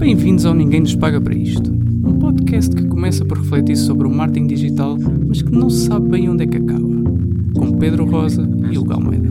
Bem-vindos ao Ninguém Nos Paga Para Isto, um podcast que começa por refletir sobre o marketing digital, mas que não se sabe bem onde é que acaba, com Pedro Rosa e Hugo Almeida.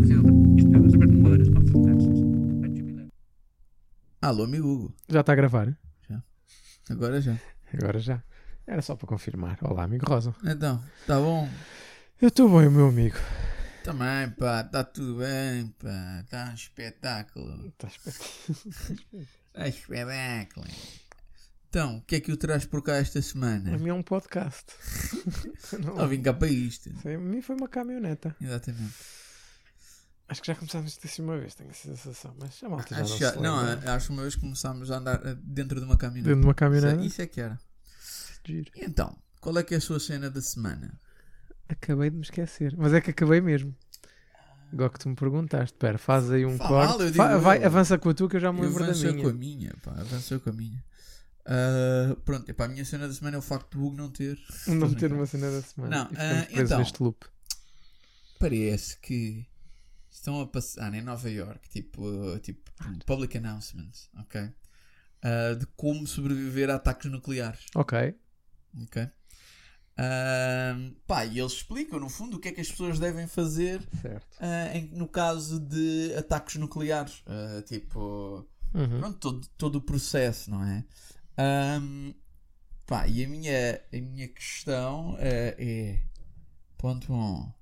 Alô, amigo Hugo. Já está a gravar? Já. Agora já. Agora já. Era só para confirmar. Olá, amigo Rosa. Então, tá bom? Eu estou bem, meu amigo. Também, pá, tá tudo bem, pá. Tá um espetáculo. Está espetáculo. Tá espetáculo. Então, o que é que o traz por cá esta semana? A mim é um podcast. Não vim cá para isto. A mim foi uma caminhoneta. Exatamente. Acho que já começámos isto assim uma vez, tenho essa sensação. Mas a malta já Acho, não já, se não, lembra. acho uma vez que começámos a andar dentro de uma caminhonete. Dentro de uma caminhonete. Isso é que era. Giro. E então, qual é que é a sua cena da semana? Acabei de me esquecer. Mas é que acabei mesmo. Igual que tu me perguntaste. Espera, faz aí um Fala, corte. eu digo eu. Vai, avança com a tua que eu já me lembro da Avançou minha. com a minha, pá. Avançou com a minha. Pronto, epá, a minha cena da semana é o facto do Hugo não ter... Não ter uma cena da semana. Não, E ficamos presos então. neste loop. Parece que estão a passar em Nova York, tipo public announcements, ok? De como sobreviver a ataques nucleares, Ok. ok? Pá, e eles explicam, no fundo, o que é que as pessoas devem fazer Certo. no caso de ataques nucleares. Uhum. Pronto, todo o processo, não é? Pá, e a minha questão é... Ponto 1.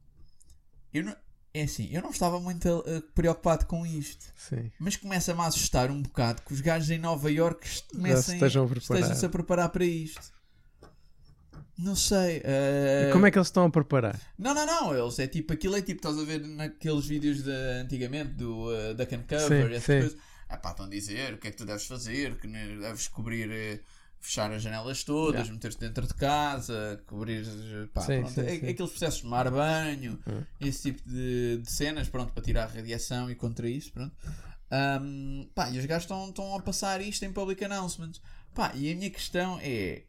Eu não estava muito preocupado com isto. Sim. Mas começa-me a assustar um bocado que os gajos em Nova Iorque estejam-se a preparar para isto. Não sei. E como é que eles estão a preparar? Não. Eles é tipo, aquilo é tipo, estás a ver naqueles vídeos de antigamente do Duck and Cover, essas coisas. Estão a dizer o que é que tu deves fazer, que deves cobrir, fechar as janelas todas, meter-te dentro de casa, cobrir, aqueles processos de tomar banho, esse tipo de cenas, pronto, para tirar a radiação e contra isso, pronto. E os gajos estão a passar isto em public announcements. E a minha questão é,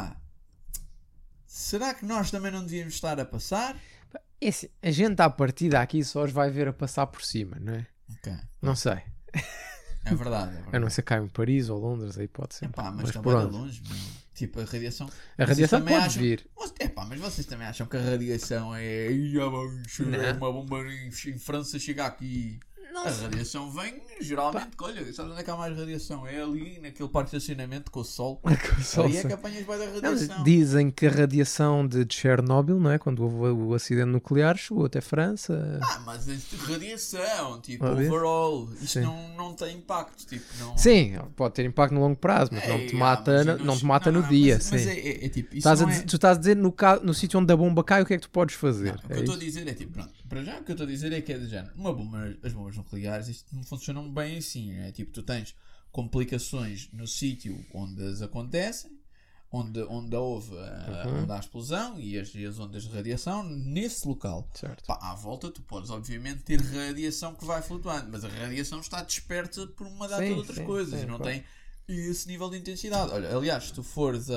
será que nós também não devíamos estar a passar? Assim, a gente à partida aqui só os vai ver a passar por cima, não é? Ok. Não sei. É verdade. A não ser cá em Paris ou Londres, aí pode ser. Mas está bem longe, tipo, a radiação... A radiação pode vir. Mas vocês também acham que a radiação é... uma bomba em França chega aqui... A radiação vem, geralmente, olha, sabe onde é que há mais radiação? É ali, naquele parque de estacionamento com o sol. Ali é que apanhas bem da radiação. Dizem que a radiação de Chernobyl, não é? Quando houve o acidente nuclear, chegou até França. Mas radiação, tipo, overall, isto não tem impacto, tipo, não... Sim, pode ter impacto no longo prazo, mas não te mata no dia. Mas é tipo, isso tu estás a dizer no sítio onde a bomba cai, o que é que tu podes fazer? O que eu estou a dizer é tipo, pronto, para já o que eu estou a dizer é que é de género, as bombas nucleares, isto não funcionam bem assim, é tipo, tu tens complicações no sítio onde as acontecem, onde houve onde há a explosão e as ondas de radiação nesse local. Certo. À volta tu podes obviamente ter radiação que vai flutuando, mas a radiação está dispersa por uma data de outras coisas e não tem esse nível de intensidade. Olha, aliás, se tu fores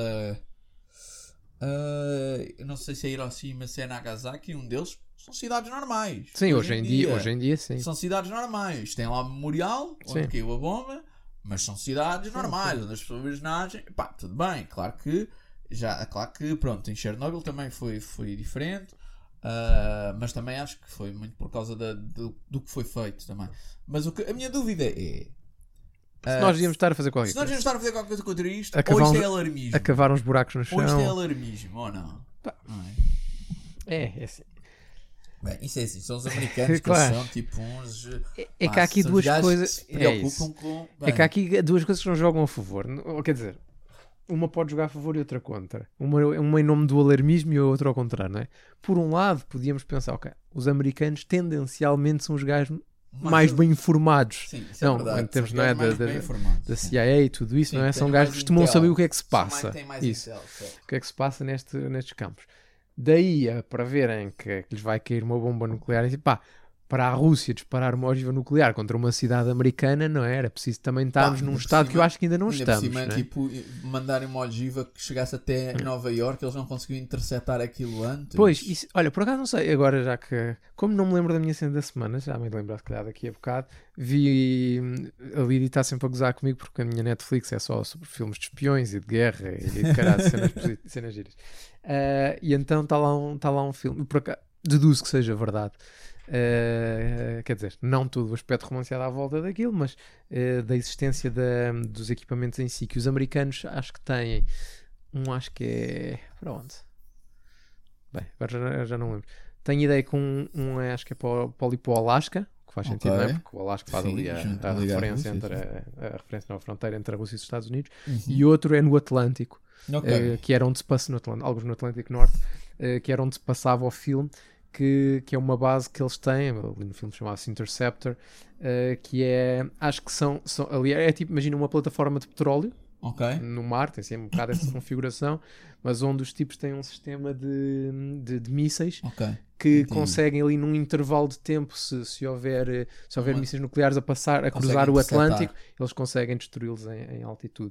eu não sei se é Hiroshima, se é Nagasaki, um deles são cidades normais. Sim, hoje em dia sim. São cidades normais. Tem lá o memorial onde caiu a bomba, mas são cidades normais, onde as pessoas nascem. Tudo bem, claro que pronto, em Chernobyl também foi diferente, mas também acho que foi muito por causa do que foi feito também. Mas a minha dúvida é se nós devíamos estar a fazer qualquer coisa. Se nós devíamos estar a fazer qualquer coisa contra isto, ou isto é alarmismo. A cavar uns buracos no chão. Ou isto é alarmismo, ou não? Não é? É assim. Bem, isso é assim, são os americanos que são tipo uns... É que há aqui duas coisas... Se preocupam com... É que há aqui duas coisas que não jogam a favor. Quer dizer, uma pode jogar a favor e outra contra. Uma em nome do alarmismo e a outra ao contrário, não é? Por um lado, podíamos pensar, ok, os americanos tendencialmente são os gajos mais bem informados. Sim, isso é verdade. Em termos, não é, da CIA e tudo isso, não é? São gajos que costumam saber o que é que se passa. Isso. O que é que se passa nestes campos. Daí, para verem que lhes vai cair uma bomba nuclear, e para a Rússia disparar uma ogiva nuclear contra uma cidade americana, não é? Era preciso também estarmos num estado que eu acho que ainda não estamos. Cima, não é? Tipo, mandarem uma ogiva que chegasse até Nova Iorque, eles não conseguiam interceptar aquilo antes. Pois, isso, olha, por acaso não sei, agora já que, como não me lembro da minha cena da semana, já me lembro, se calhar daqui a bocado, vi, a Lidi está sempre a gozar comigo porque a minha Netflix é só sobre filmes de espiões e de guerra e de caralho, cenas giras. E então está lá um filme, por acaso, deduzo que seja verdade. Quer dizer, não todo o aspecto romanceado à volta daquilo, mas da existência dos equipamentos em si, que os americanos acho que têm acho que é para onde? Bem, agora já não lembro. Tenho ideia que acho que é para o Alasca, que faz sentido, não é? Porque o Alasca faz ali a referência entre a referência na fronteira entre a Rússia e os Estados Unidos, e outro é no Atlântico, que era onde se passa alguns no Atlântico Norte, que era onde se passava o filme. Que é uma base que eles têm, ali no filme chamado Interceptor, que é, acho que são ali é tipo, imagina uma plataforma de petróleo no mar, tem sempre um bocado essa configuração, mas onde os tipos têm um sistema de mísseis que conseguem ali num intervalo de tempo, se houver mísseis nucleares a cruzar o Atlântico, eles conseguem destruí-los em altitude.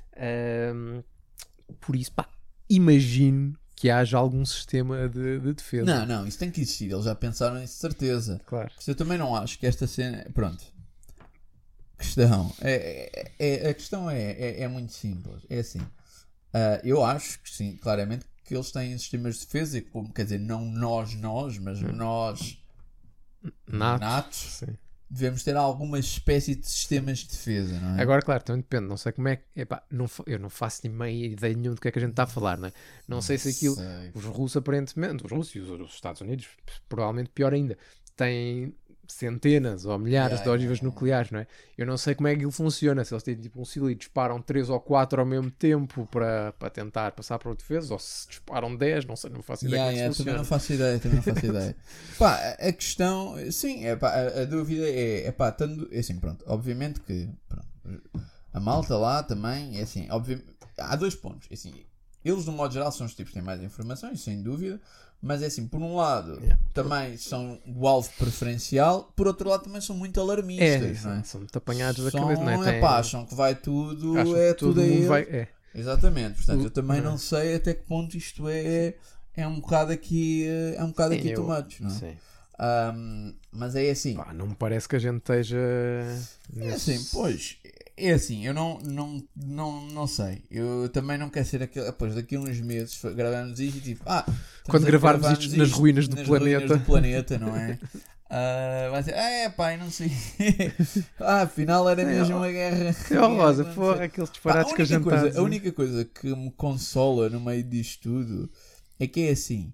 Por isso, imagino que haja algum sistema de defesa. Não, isso tem que existir. Eles já pensaram nisso, de certeza. Claro. Porque eu também não acho que esta cena... Pronto. Questão. A questão é muito simples. É assim. Eu acho que sim, claramente, que eles têm sistemas de defesa, como, quer dizer, não nós, mas nós natos. Sim. Devemos ter alguma espécie de sistemas de defesa, não é? Agora, claro, também depende. Não sei como é que... eu não faço nem ideia nenhuma do que é que a gente está a falar, não é? Não sei se aquilo... Os russos, aparentemente... Os russos e os Estados Unidos, provavelmente pior ainda, têm centenas ou milhares de ogivas nucleares, não é? Eu não sei como é que aquilo funciona. Se eles têm tipo um silo e disparam 3 ou 4 ao mesmo tempo para tentar passar para o defesa, ou se disparam 10, não sei, não faço ideia como é que funciona. Também não faço ideia. A questão, sim, a dúvida é assim, pronto, obviamente que a malta lá também, é assim, obviamente, há dois pontos, é assim, eles no modo geral são os tipos que têm mais informações, sem dúvida. Mas é assim, por um lado também são o alvo preferencial, por outro lado também são muito alarmistas, não é? São muito apanhados da cabeça, não é? Acham que vai tudo, tudo aí. Exatamente, portanto eu também não sei até que ponto isto é um bocado aqui, too much, não é? Sim. Mas é assim. Não me parece que a gente esteja. É assim, pois. É assim, eu não sei. Eu também não quero ser aquele. Depois daqui a uns meses gravamos isto e tipo. Quando gravarmos isto nas ruínas do planeta, não é? Vai ser. Não sei. Afinal era mesmo uma guerra. Rosa, porra, aqueles disparates que a gente A única coisa que me consola no meio disto tudo é que é assim.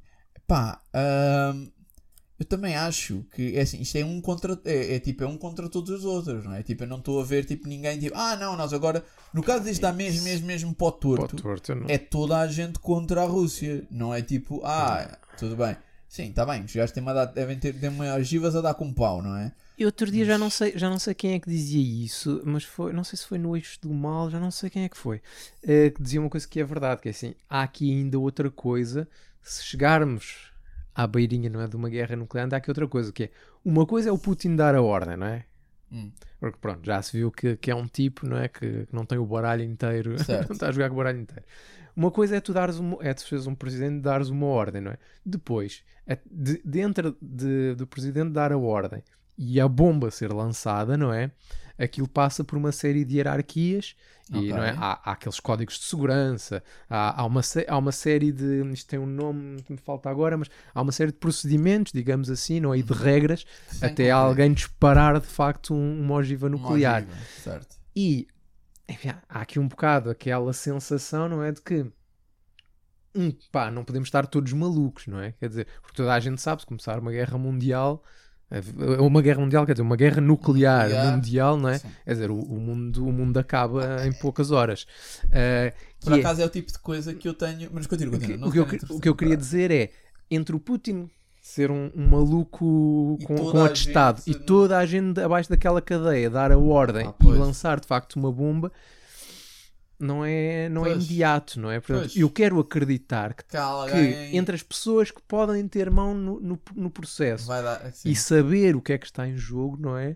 Eu também acho que é assim, isto é um contra todos os outros, não é? Tipo, eu não estou a ver tipo, ninguém tipo, nós agora, no caso disto dá mesmo para o torto, é toda a gente contra a Rússia, não é tipo, tudo bem, sim, está bem, os gajos devem ter umas givas a dar com pau, não é? E outro dia já não sei quem é que dizia isso, mas não sei se foi no Eixo do Mal, já não sei quem é que foi, que dizia uma coisa que é verdade, que é assim, há aqui ainda outra coisa, se chegarmos à beirinha, não é, de uma guerra nuclear, há aqui outra coisa, que é, uma coisa é o Putin dar a ordem, não é? Porque pronto, já se viu que é um tipo, não é, que não tem o baralho inteiro, não está a jogar com o baralho inteiro. Uma coisa é tu seres um presidente, dares uma ordem, não é? Depois, dentro do presidente dar a ordem e a bomba ser lançada, não é? Aquilo passa por uma série de hierarquias e não é? Há aqueles códigos de segurança, há uma série de... Isto tem um nome que me falta agora, mas há uma série de procedimentos, digamos assim, não é? E de regras, até alguém disparar de facto uma ogiva nuclear. Certo. E enfim, há aqui um bocado aquela sensação, não é? De que não podemos estar todos malucos, não é? Quer dizer, porque toda a gente sabe, se começar uma guerra mundial... Uma guerra mundial, quer dizer, uma guerra nuclear mundial, não é? Sim. Quer dizer, o mundo acaba em poucas horas. Por acaso é o tipo de coisa que eu tenho. Mas continua. O que eu queria dizer é, entre o Putin ser um maluco com atestado e toda a gente abaixo daquela cadeia dar a ordem e lançar de facto uma bomba, não é imediato, não é? Portanto, eu quero acreditar que entre as pessoas que podem ter mão no processo e saber o que é que está em jogo, não é?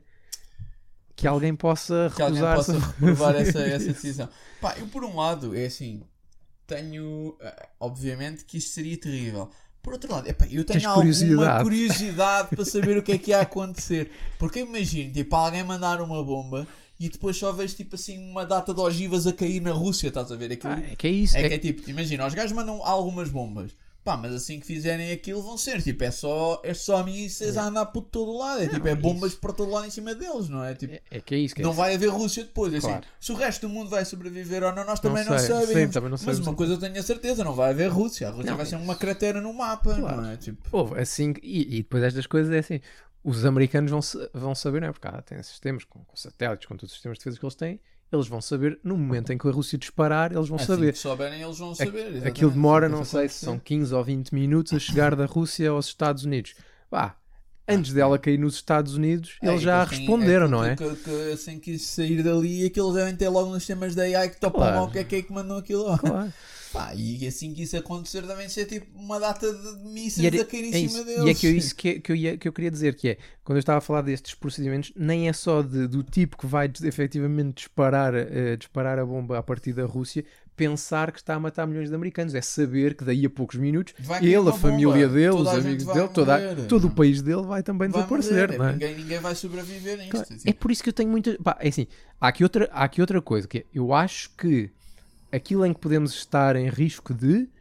Que alguém possa recusar-se. Reprovar essa decisão. Pá, eu por um lado, é assim, tenho, obviamente que isto seria terrível. Por outro lado, eu tenho alguma curiosidade para saber o que é que ia acontecer. Porque imagino, tipo, alguém mandar uma bomba e depois só vejo, tipo assim, uma data de ogivas a cair na Rússia, estás a ver? Aquilo, é que é isso. É tipo, imagina, os gajos mandam algumas bombas. Pá, mas assim que fizerem aquilo vão ser, tipo, é só mísseis a andar por todo lado. É bombas por todo lado em cima deles, não é? Tipo, é que é isso. Não vai haver Rússia depois. É assim, se o resto do mundo vai sobreviver ou não, nós também não sabemos. Mas uma coisa eu tenho a certeza, não vai haver Rússia. A Rússia vai ser uma cratera no mapa, não é? Tipo... assim, e depois estas coisas é assim, os americanos vão saber, não é? Porque têm sistemas com satélites, com todos os sistemas de defesa que eles têm. Eles vão saber, no momento em que a Rússia disparar, eles vão saber. Se souberem, eles vão saber. Aquilo demora, não sei se são 15 ou 20 minutos a chegar da Rússia aos Estados Unidos. Antes dela cair nos Estados Unidos, eles já responderam, não é? Que assim que sair dali, aqueles devem ter logo nos sistemas da AI que topam logo o que é que mandam aquilo lá. Claro. E assim que isso acontecer, devem ser tipo uma data de mísseis a cair em cima deles. E é que isso que eu queria dizer, que é, quando eu estava a falar destes procedimentos, nem é só do tipo que vai efetivamente disparar a bomba a partir da Rússia, pensar que está a matar milhões de americanos. É saber que daí a poucos minutos, ele, a família dele, os amigos dele, todo o país dele vai também desaparecer. Não é? Ninguém vai sobreviver nisto. Claro. É por isso que eu tenho muita... É assim, há aqui outra coisa, que é, eu acho que aquilo em que podemos estar em risco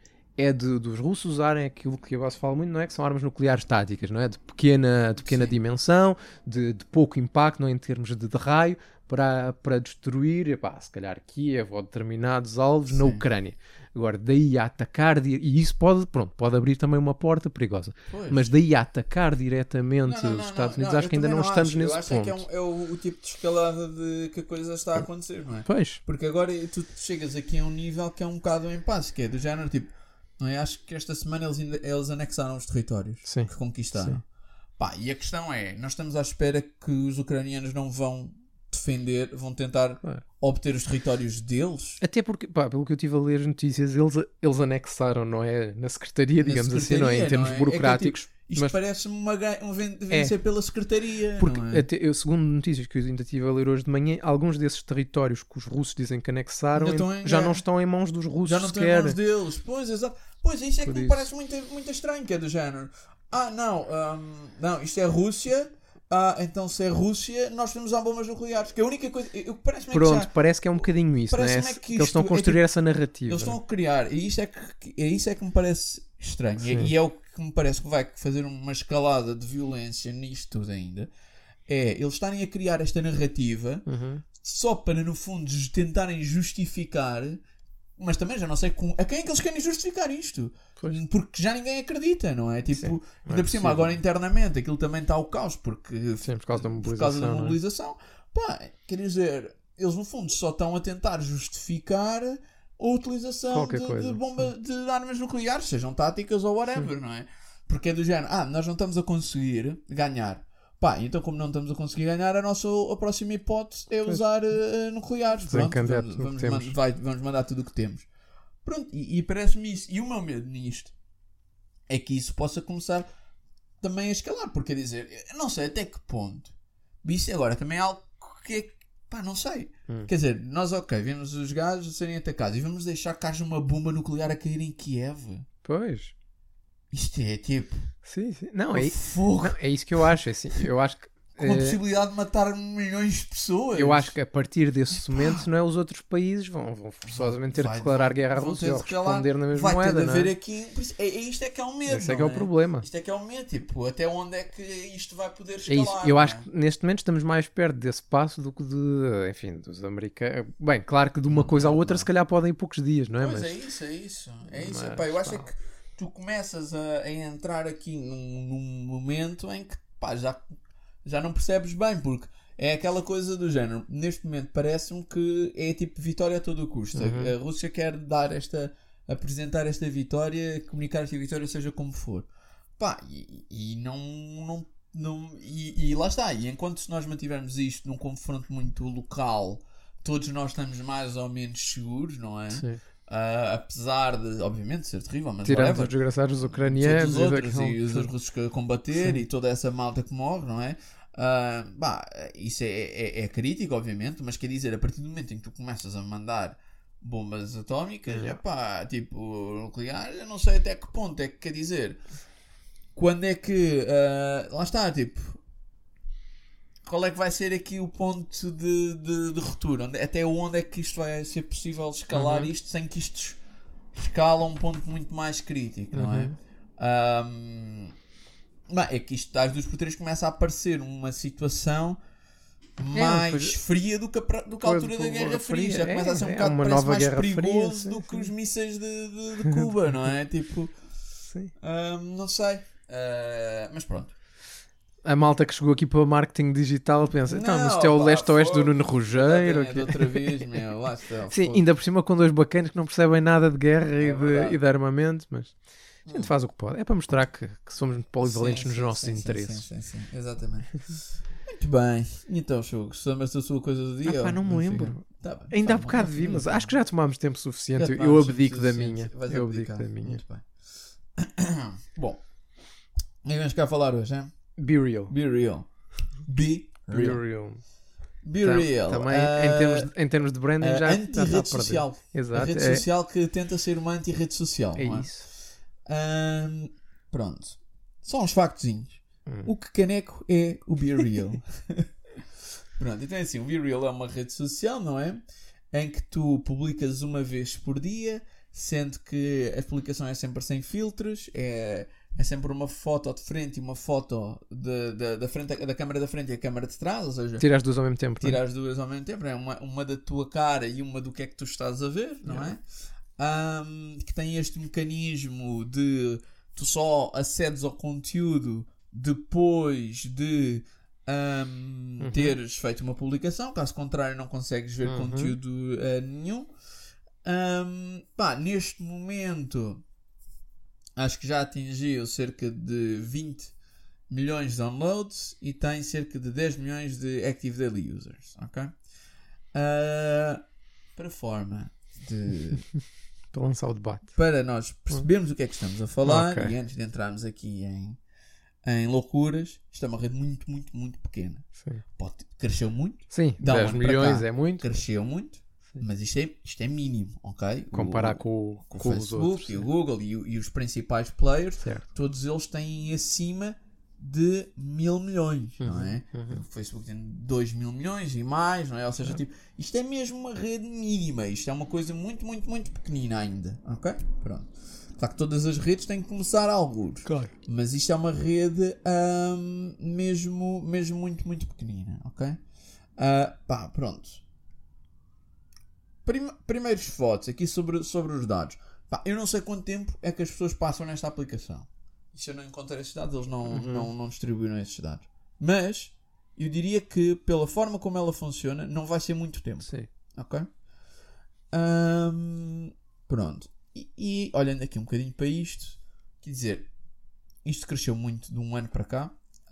dos russos usarem aquilo que agora se fala muito, não é? Que são armas nucleares táticas, não é? De pequena dimensão, de pouco impacto, não é? Em termos de raio, para destruir, se calhar Kiev ou determinados alvos na Ucrânia. Agora, daí a atacar, e isso pode abrir também uma porta perigosa. Mas daí a atacar diretamente os Estados Unidos, acho que ainda não estamos nesse ponto. Eu acho que é o tipo de escalada de que a coisa está a acontecer, não é? Pois. Porque agora tu chegas aqui a um nível que é um bocado um impasse, que é do género, tipo, não é? Acho que esta semana eles anexaram os territórios que conquistaram. E a questão é, nós estamos à espera que os ucranianos não vão defender, vão tentar obter os territórios deles. Até porque, pelo que eu estive a ler as notícias, eles anexaram, não é? Na secretaria, digamos assim, não é? Em termos burocráticos. Isto parece-me um vencer pela secretaria. Porque, não é? segundo notícias que eu ainda estive a ler hoje de manhã, alguns desses territórios que os russos dizem que anexaram já não estão em mãos dos russos. Já não estão em mãos deles. Pois, exato. Pois, isso é que me parece muito, muito estranho, que é do género. Não, isto é Rússia. Então se é Rússia, nós temos bombas nucleares. Que a única coisa. Parece que é um bocadinho isso, não é? Que eles estão a construir essa narrativa. Eles estão a criar, e isso é que me parece estranho. E é o que me parece que vai fazer uma escalada de violência nisto tudo ainda. É eles estarem a criar esta narrativa só para, no fundo, tentarem justificar. Mas também já não sei a quem é que eles querem justificar isto. Pois. Porque já ninguém acredita, não é? Tipo, ainda por cima, agora internamente, aquilo também está ao caos, porque por causa da mobilização. Quer dizer, eles no fundo só estão a tentar justificar a utilização de bomba, de armas nucleares, sejam táticas ou whatever, não é? Porque é do género, nós não estamos a conseguir ganhar. Então como não estamos a conseguir ganhar, a próxima hipótese é usar nucleares. Pronto, vamos mandar tudo o que temos. Pronto, e parece-me isso. E o meu medo nisto é que isso possa começar também a escalar. Porque, quer dizer, eu não sei até que ponto. Isso agora também é algo que é... não sei. Quer dizer, nós vemos os gajos a serem atacados e vamos deixar que haja uma bomba nuclear a cair em Kiev. Pois. Isto é tipo... Sim. Não, é isso que eu acho. Assim, eu acho que... Com a possibilidade de matar milhões de pessoas. Eu acho que a partir desse momento, não é, os outros países vão forçosamente ter de declarar guerra à Rússia ou responder na mesma moeda. Vai ter de haver aqui... Isto é que é o medo. Esse é que é o problema. Isto é que é o medo. Tipo, até onde é que isto vai poder escalar? É isso. Eu acho que neste momento estamos mais perto desse passo do que dos americanos. Bem, claro que de uma coisa à outra se calhar podem ir poucos dias, não é? Pois é isso. Eu acho que tu começas a entrar aqui num momento em que já não percebes bem, porque é aquela coisa do género. Neste momento parece-me que é tipo vitória a todo o custo. A Rússia quer apresentar esta vitória, comunicar esta vitória, seja como for. E lá está. E enquanto nós mantivermos isto num confronto muito local, todos nós estamos mais ou menos seguros, não é? Sim. Apesar de, obviamente, ser terrível, mas tirando os desgraçados ucranianos os outros e os russos a combater e toda essa malta que morre, não é? Isso é crítico, obviamente, mas quer dizer, a partir do momento em que tu começas a mandar bombas atómicas, tipo, nuclear, eu não sei até que ponto é que quer dizer. Quando é que, lá está, tipo, qual é que vai ser aqui o ponto de ruptura? Até onde é que isto vai ser possível escalar isto sem que isto escala a um ponto muito mais crítico, não é? É que isto às 2x3 começa a aparecer uma situação mais fria do que a altura da Guerra Fria. Já começa a ser um bocado mais perigoso do que os mísseis de Cuba, não é? Tipo, não sei. Mas pronto. A malta que chegou aqui para o marketing digital pensa, mas isto é o leste-oeste do Nuno Rogério. É de outra vez, meu. Lá está. Sim, ainda por cima com dois bacanas que não percebem nada de guerra e de armamento, mas a gente faz o que pode. É para mostrar que somos polivalentes nos nossos interesses. Sim, exatamente. Muito bem. Então, Choco, lembras-te da sua coisa do dia? Não me lembro. Ainda há bocado vi, mas acho que já tomámos tempo suficiente. Eu abdico da minha. Muito bem. Bom, o que vamos cá falar hoje, hein? Be real. Também, em termos de branding, já anti-rede social. Exato. A rede social que tenta ser uma anti-rede social. É não isso. Pronto. Só uns factozinhos. O que caneco é o Be Real? Pronto, então é assim, o Be Real é uma rede social, não é? Em que tu publicas uma vez por dia, sendo que a publicação é sempre sem filtros, é sempre uma foto de frente e uma foto da frente, da câmara da frente e a câmara de trás, ou seja... Tira as duas ao mesmo tempo. Tira as duas ao mesmo tempo, é uma da tua cara e uma do que é que tu estás a ver, não é? Que tem este mecanismo de tu só acedes ao conteúdo depois de teres feito uma publicação, caso contrário não consegues ver conteúdo nenhum. Neste momento acho que já atingiu cerca de 20 milhões de downloads e tem cerca de 10 milhões de active daily users, ok? Para forma de... para lançar o debate. Para nós percebermos o que é que estamos a falar, e antes de entrarmos aqui em loucuras, isto é uma rede muito, muito, muito pequena. Sim. Cresceu muito. Sim, 10 milhões é muito. Cresceu muito. Mas isto é mínimo, ok? Comparar com o Facebook e o Google e os principais players, todos eles têm acima de 1.000 milhões, não é? O Facebook tem 2.000 milhões e mais, não é? Ou seja, tipo, isto é mesmo uma rede mínima, isto é uma coisa muito, muito, muito pequenina ainda, ok? Pronto. Claro que todas as redes têm que começar a alguns, claro. Mas isto é uma rede mesmo muito, muito pequenina, ok? Pronto. Primeiros fotos aqui sobre os dados. Eu não sei quanto tempo é que as pessoas passam nesta aplicação. Se eu não encontrar esses dados, eles não distribuíram esses dados. Mas eu diria que pela forma como ela funciona, não vai ser muito tempo. Sim. Ok? Pronto. E olhando aqui um bocadinho para isto, quer dizer, isto cresceu muito de um ano para cá.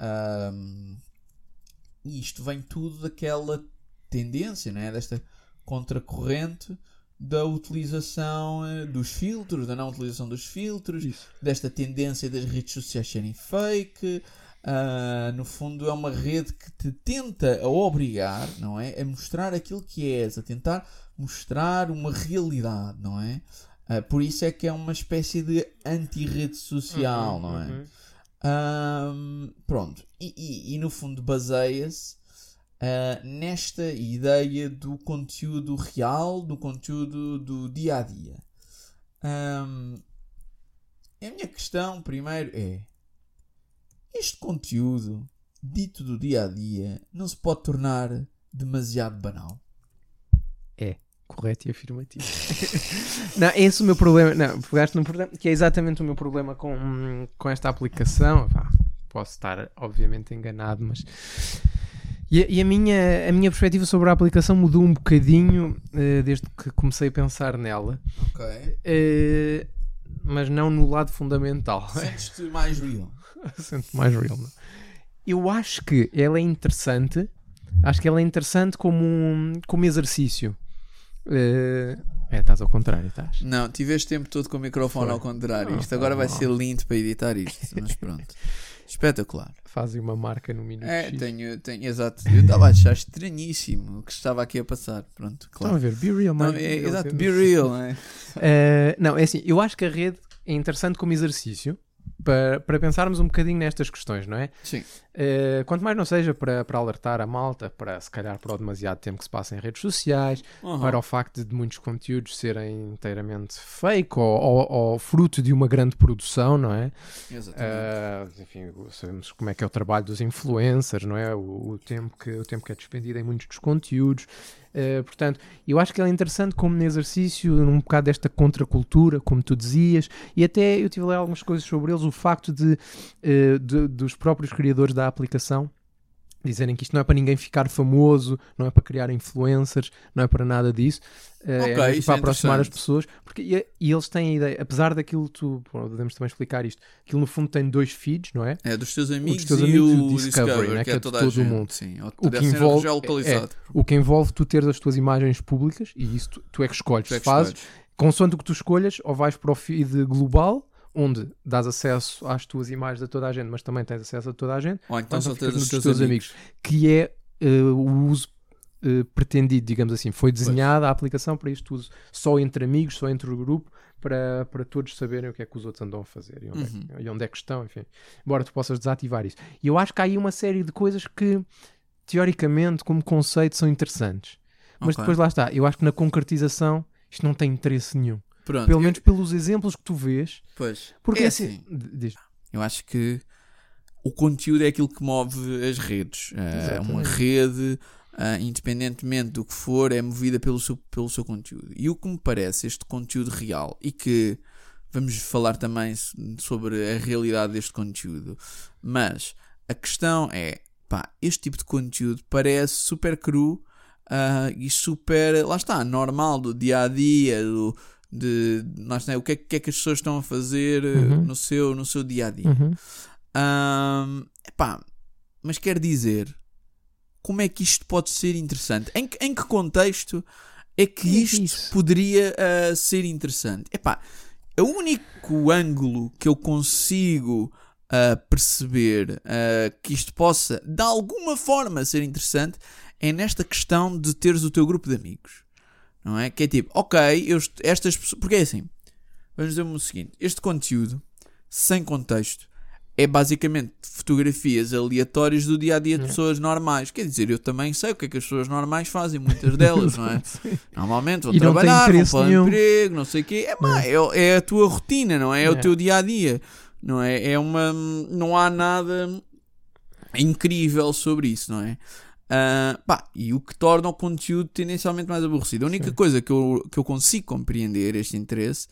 E isto vem tudo daquela tendência, não é? Desta contracorrente da utilização dos filtros, da não utilização dos filtros, desta tendência das redes sociais serem fake. No fundo é uma rede que te tenta a obrigar, não é? A mostrar aquilo que és, a tentar mostrar uma realidade, não é? Por isso é que é uma espécie de anti-rede social, não é? Pronto. E no fundo baseia-se nesta ideia do conteúdo real, do conteúdo do dia a dia. A minha questão primeiro é: este conteúdo dito do dia a dia não se pode tornar demasiado banal? É correto e afirmativo. Não, esse é o meu problema. Não, pegaste num problema que é exatamente o meu problema com esta aplicação. Posso estar obviamente enganado, mas e a minha perspectiva sobre a aplicação mudou um bocadinho desde que comecei a pensar nela. Ok. Mas não no lado fundamental. Sentes-te mais real? Sinto mais real, não? Eu acho que ela é interessante Acho que ela é interessante como exercício. Estás ao contrário, estás? Não, tiveste tempo todo com o microfone ao contrário. Isto agora vai ser lindo para editar isto, mas pronto. Espetacular. Fazem uma marca no minuto X. Tenho, exato. Eu estava a achar estranhíssimo o que estava aqui a passar. Pronto, claro. Estão a ver, be real, não, exato, be real, não é? Não, é assim, eu acho que a rede é interessante como exercício para pensarmos um bocadinho nestas questões, não é? Sim. Quanto mais não seja para alertar a malta, se calhar para o demasiado tempo que se passa em redes sociais, para o facto de muitos conteúdos serem inteiramente fake ou fruto de uma grande produção, não é? Exatamente. Enfim, sabemos como é que é o trabalho dos influencers, não é? O tempo que é despendido em muitos dos conteúdos. Portanto, eu acho que ele é interessante como exercício, um bocado desta contracultura, como tu dizias, e até eu tive a ler algumas coisas sobre eles, o facto dos próprios criadores da aplicação dizerem que isto não é para ninguém ficar famoso, não é para criar influencers, não é para nada disso, é para aproximar as pessoas, porque e eles têm a ideia, apesar daquilo podemos também explicar isto, aquilo no fundo tem 2 feeds, não é? É dos teus amigos, e o Discovery, né? que é de todo o mundo. Sim, o que envolve o que envolve tu teres as tuas imagens públicas, e isso tu é que escolhes, fazes, consoante o que tu escolhas, ou vais para o feed global, onde dás acesso às tuas imagens a toda a gente, mas também tens acesso a toda a gente, ou então só tens os teus amigos, que é o uso pretendido, digamos assim. Foi desenhada a aplicação para este uso só entre amigos, só entre o grupo, para todos saberem o que é que os outros andam a fazer e onde é que estão, enfim. Embora tu possas desativar isso. E eu acho que há aí uma série de coisas que, teoricamente, como conceito, são interessantes. Mas depois lá está. Eu acho que na concretização isto não tem interesse nenhum. Pronto, pelo menos pelos exemplos que tu vês. Pois. Porque é assim, eu acho que o conteúdo é aquilo que move as redes. Uma rede, independentemente do que for, é movida pelo seu conteúdo. E o que me parece, este conteúdo real, e que vamos falar também sobre a realidade deste conteúdo, mas a questão é, este tipo de conteúdo parece super cru e super, lá está, normal, do dia-a-dia, o que é que as pessoas estão a fazer no seu dia-a-dia. Mas quer dizer, como é que isto pode ser interessante? Em que contexto é que isto poderia ser interessante? O único ângulo que eu consigo perceber que isto possa de alguma forma ser interessante é nesta questão de teres o teu grupo de amigos. Não é? Que é tipo, estas pessoas... Porque é assim, vamos dizer o seguinte, este conteúdo, sem contexto, é basicamente fotografias aleatórias do dia-a-dia de pessoas normais. Quer dizer, eu também sei o que é que as pessoas normais fazem, muitas delas, não é? Normalmente vão trabalhar, vão para o emprego, não sei o quê. É a tua rotina, não é? É o teu dia-a-dia. Não é? Não há nada incrível sobre isso, não é? E o que torna o conteúdo tendencialmente mais aborrecido. A única coisa que eu consigo compreender este interesse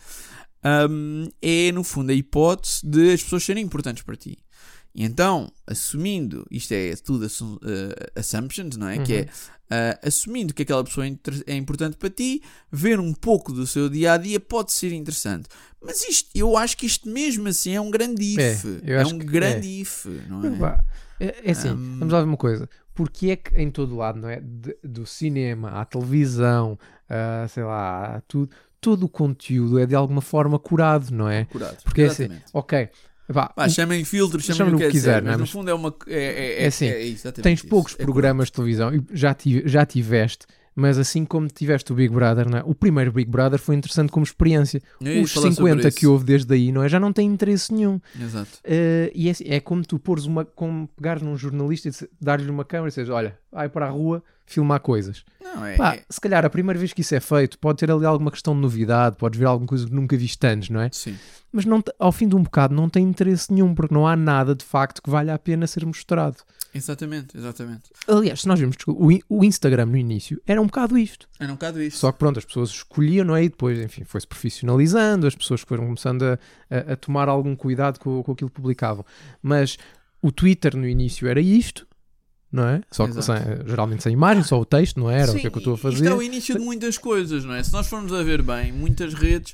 é, no fundo, a hipótese de as pessoas serem importantes para ti. E então, assumindo, isto é tudo assumptions, não é? Que é assumindo que aquela pessoa é importante para ti, ver um pouco do seu dia-a-dia pode ser interessante. Mas eu acho que isto mesmo assim é um grande if. É um grande if, não é? É assim, vamos lá ver uma coisa. Porque é que em todo lado, não é? Do cinema à televisão, sei lá, todo o conteúdo é de alguma forma curado, não é? Curado. Porque exatamente. É assim, chamem filtros, chamem o que quiser, mas no fundo é uma... É assim, exatamente tens isso. poucos programas de televisão, e já tiveste, mas assim como tiveste o Big Brother, não é? O primeiro Big Brother foi interessante como experiência. Os 50 que houve desde aí, não é? Já não tem interesse nenhum. Exato. E é como tu como pegares num jornalista e dar-lhe uma câmera e dizeres, olha, vai para a rua filmar coisas. Não, se calhar a primeira vez que isso é feito pode ter ali alguma questão de novidade, podes ver alguma coisa que nunca viste antes, não é? Sim. Mas ao fim de um bocado não tem interesse nenhum, porque não há nada de facto que valha a pena ser mostrado. Exatamente. Aliás, se nós vimos o Instagram no início, era um bocado isto. Só que pronto, as pessoas escolhiam, não é? E depois, enfim, foi-se profissionalizando, as pessoas foram começando a tomar algum cuidado com aquilo que publicavam. Mas o Twitter no início era isto, não é? Só que geralmente sem imagem, só o texto, não era? Sim, o que é que eu estou a fazer? Isto é o início de muitas coisas, não é? Se nós formos a ver bem, muitas redes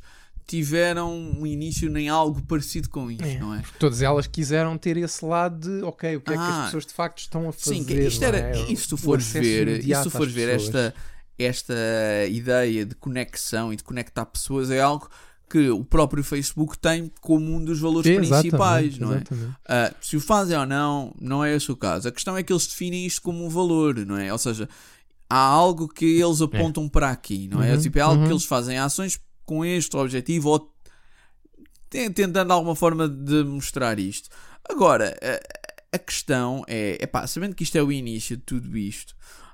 tiveram um início nem algo parecido com isto, não é? Todas elas quiseram ter esse lado de, ok, o que é que as pessoas de facto estão a fazer? Sim, isto era, e se tu fores ver esta ideia de conexão e de conectar pessoas, é algo que o próprio Facebook tem como um dos valores principais, não é? Se o fazem ou não é esse o caso. A questão é que eles definem isto como um valor, não é? Ou seja, há algo que eles apontam para aqui, não é? Tipo, é algo que eles fazem ações com este objetivo ou tentando de alguma forma de mostrar isto. Agora, a questão é pá, sabendo que isto é o início de tudo isto,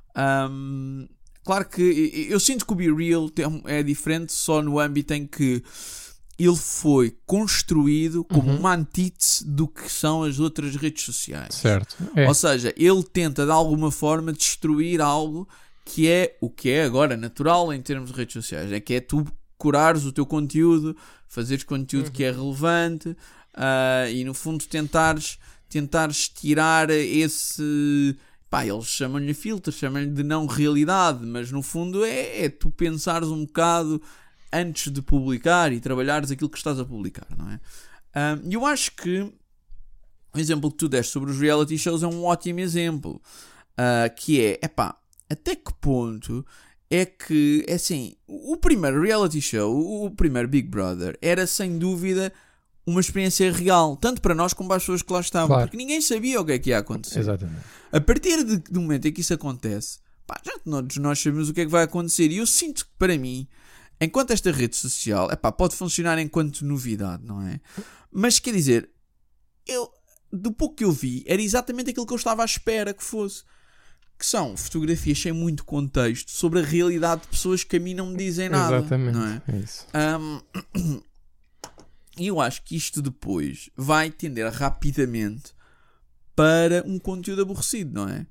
claro que eu sinto que o BeReal é diferente só no âmbito em que ele foi construído como uma antítese do que são as outras redes sociais. Certo. Ou seja, ele tenta de alguma forma destruir algo que é o que é agora natural em termos de redes sociais. É que é tu curares o teu conteúdo, fazeres conteúdo que é relevante e no fundo tentares tirar esse... Pá, eles chamam-lhe filtros, chamam-lhe de não realidade, mas no fundo é tu pensares um bocado antes de publicar e trabalhares aquilo que estás a publicar, não é? E eu acho que o exemplo que tu deste sobre os reality shows é um ótimo exemplo, que é, até que ponto é que, assim, o primeiro reality show, o primeiro Big Brother, era sem dúvida uma experiência real, tanto para nós como para as pessoas que lá estavam, porque ninguém sabia o que é que ia acontecer. Exatamente. A partir do momento em que isso acontece, já todos nós sabemos o que é que vai acontecer, e eu sinto que para mim, enquanto esta rede social, pode funcionar enquanto novidade, não é? Mas quer dizer, do pouco que eu vi, era exatamente aquilo que eu estava à espera que fosse. Que são fotografias sem muito contexto sobre a realidade de pessoas que a mim não me dizem nada. Exatamente, não é? É isso. E eu acho que isto depois vai tender rapidamente para um conteúdo aborrecido, não é?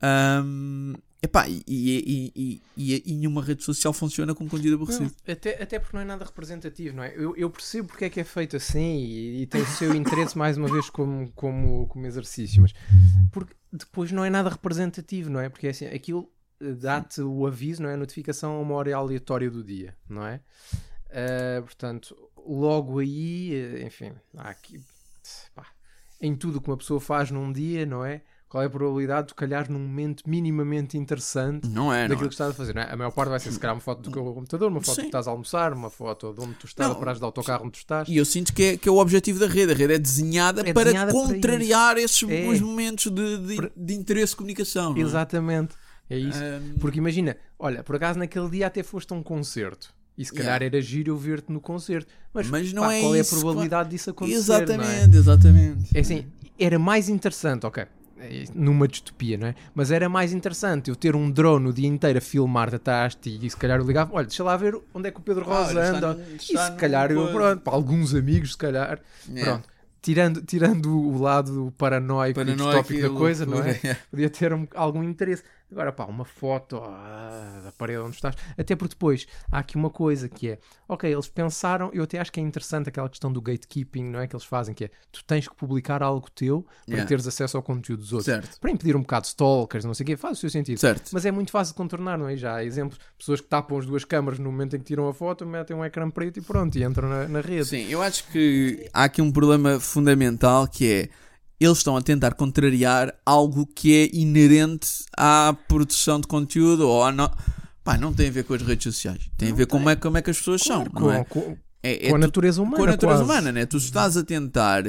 E nenhuma rede social funciona com conteúdo aborrecido. Não, até porque não é nada representativo, não é? Eu percebo porque é que é feito assim e tem o seu interesse mais uma vez como exercício, mas porque depois não é nada representativo, não é? Porque assim, aquilo dá-te o aviso, não é? A notificação a uma hora aleatória do dia, não é? Portanto, logo aí, enfim, há aqui em tudo que uma pessoa faz num dia, não é? Qual é a probabilidade de calhar num momento minimamente interessante daquilo que estás a fazer, não é? A maior parte vai ser se calhar uma foto do teu computador, uma foto de que estás a almoçar, uma foto de onde tu estás, a parares de autocarro onde tu estás. E eu sinto que é o objetivo da rede. A rede é desenhada para contrariar esses bons momentos de interesse de comunicação. Não é? Exatamente, é isso. Porque imagina, olha, por acaso naquele dia até foste a um concerto. E se calhar era giro eu ver-te no concerto. Mas não é qual é a isso, probabilidade disso acontecer? Exatamente. É assim, era mais interessante, ok, numa distopia, não é? Mas era mais interessante eu ter um drone o dia inteiro a filmar-te atrás de ti e se calhar eu ligava, olha, deixa lá ver onde é que o Pedro Rosa anda. E se calhar eu, pronto, para alguns amigos, se calhar, pronto. Tirando o lado paranoico e distópico da coisa, não é? Podia ter algum interesse. Agora, uma foto da parede onde estás. Até porque depois há aqui uma coisa que é, ok, eles pensaram, eu até acho que é interessante aquela questão do gatekeeping, não é? Que eles fazem, que é, tu tens que publicar algo teu para teres acesso ao conteúdo dos outros. Certo. Para impedir um bocado de stalkers, não sei o quê, faz o seu sentido. Certo. Mas é muito fácil de contornar, não é? Já há exemplos, pessoas que tapam as duas câmaras no momento em que tiram a foto, metem um ecrã preto e pronto, e entram na rede. Sim, eu acho que há aqui um problema fundamental que é, eles estão a tentar contrariar algo que é inerente à produção de conteúdo ou não tem a ver com as redes sociais, tem a ver com como é que as pessoas são, não é? Com a natureza humana. Com a natureza humana, né? Tu estás a tentar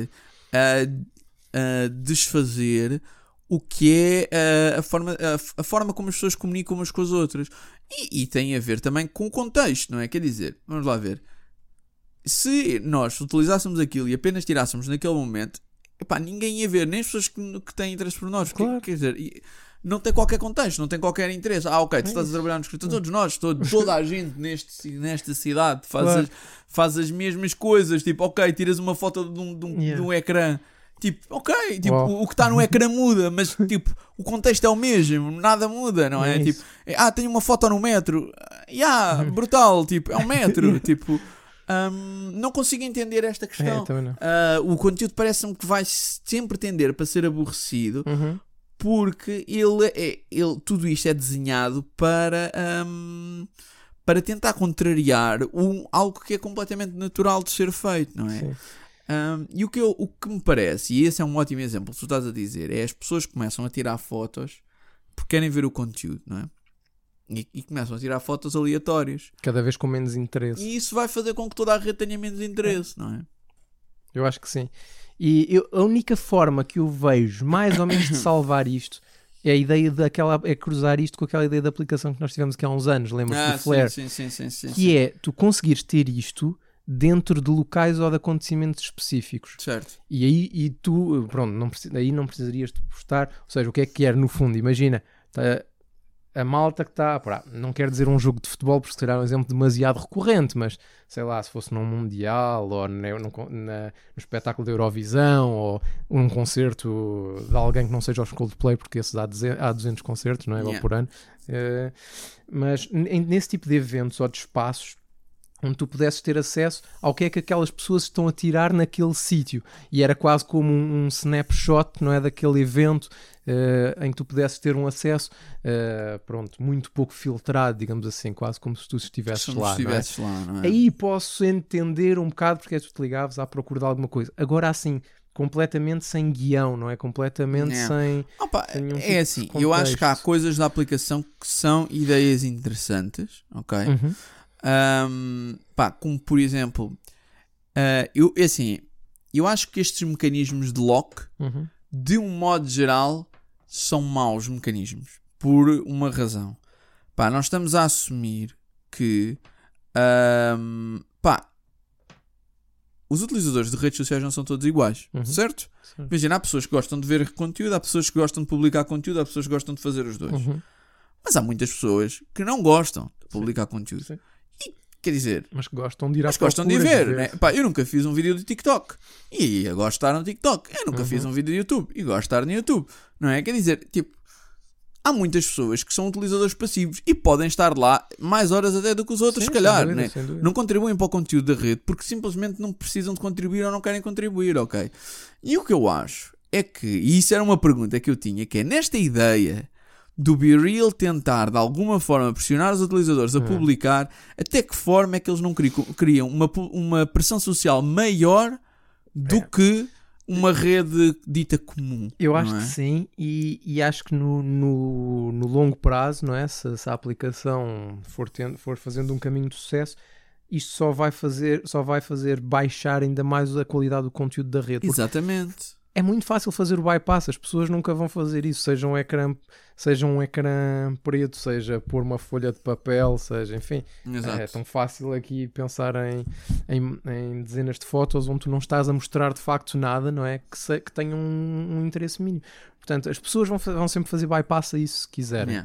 desfazer o que é a forma como as pessoas comunicam umas com as outras e tem a ver também com o contexto, não é? Quer dizer, vamos lá ver, se nós utilizássemos aquilo e apenas tirássemos naquele momento, ninguém ia ver, nem as pessoas que têm interesse por nós. Claro. Quer dizer, não tem qualquer contexto, não tem qualquer interesse. Ok, tu estás a trabalhar no escritório, todos nós, toda a gente nesta cidade faz as mesmas coisas. Tipo, ok, tiras uma foto de um ecrã. Tipo, ok, tipo, o que está no ecrã muda, mas tipo, o contexto é o mesmo, nada muda, não é? Tipo, tenho uma foto no metro, brutal, tipo, é um metro, tipo. Não consigo entender esta questão. O conteúdo parece-me que vai sempre tender para ser aborrecido, porque tudo isto é desenhado para para tentar contrariar algo que é completamente natural de ser feito, não é? E o que me parece, e esse é um ótimo exemplo que tu estás a dizer, é as pessoas que começam a tirar fotos porque querem ver o conteúdo, não é? E começam a tirar fotos aleatórias. Cada vez com menos interesse. E isso vai fazer com que toda a rede tenha menos interesse, não é? Eu acho que sim. E a única forma que eu vejo, mais ou menos, de salvar isto é a ideia é cruzar isto com aquela ideia da aplicação que nós tivemos aqui há uns anos, lembras-te do Flare? Sim. É tu conseguires ter isto dentro de locais ou de acontecimentos específicos. Certo. E aí tu, pronto, aí não precisarias de postar, ou seja, o que é no fundo? Imagina, a malta que está, não quero dizer um jogo de futebol porque se calhar é um exemplo demasiado recorrente, mas sei lá, se fosse num Mundial ou no espetáculo da Eurovisão ou num concerto de alguém que não seja os Coldplay, porque esses há 200 concertos, não é? Igual por ano. Mas nesse tipo de eventos ou de espaços onde tu pudesses ter acesso ao que é que aquelas pessoas estão a tirar naquele sítio, e era quase como um snapshot, não é, daquele evento, em que tu pudesses ter um acesso muito pouco filtrado, digamos assim, quase como se tu estivesses lá, não é? Aí posso entender um bocado porque é que tu te ligavas à procura de alguma coisa. Agora assim, completamente sem guião, não é? Completamente sem nenhum tipo é assim, eu acho que há coisas da aplicação que são ideias interessantes, ok? Como por exemplo, eu acho que estes mecanismos de lock, de um modo geral, são maus mecanismos por uma razão. Nós estamos a assumir que os utilizadores de redes sociais não são todos iguais, certo? Imagina, há pessoas que gostam de ver conteúdo, há pessoas que gostam de publicar conteúdo, há pessoas que gostam de fazer os dois. Mas há muitas pessoas que não gostam de publicar conteúdo. Sim. Quer dizer, mas que gostam de ir à procura, gostam de ver, né? Eu nunca fiz um vídeo de TikTok e eu gosto de estar no TikTok. Eu nunca fiz um vídeo de YouTube e gosto de estar no YouTube, não é? Quer dizer, há muitas pessoas que são utilizadores passivos e podem estar lá mais horas até do que os outros, se calhar, né? Não contribuem para o conteúdo da rede porque simplesmente não precisam de contribuir ou não querem contribuir, ok? E o que eu acho é que, e isso era uma pergunta que eu tinha, que é nesta ideia do BeReal tentar de alguma forma pressionar os utilizadores a publicar, até que forma é que eles não criam uma pressão social maior do que uma rede dita comum? Eu acho que sim, e acho que no longo prazo, não é? Se a aplicação for fazendo um caminho de sucesso, isto só vai fazer baixar ainda mais a qualidade do conteúdo da rede. Exatamente. É muito fácil fazer o bypass, as pessoas nunca vão fazer isso, seja um ecrã preto, seja pôr uma folha de papel, seja, enfim. Exato. É tão fácil aqui pensar em dezenas de fotos onde tu não estás a mostrar de facto nada, não é? Que tenha um interesse mínimo. Portanto, as pessoas vão sempre fazer bypass a isso se quiserem.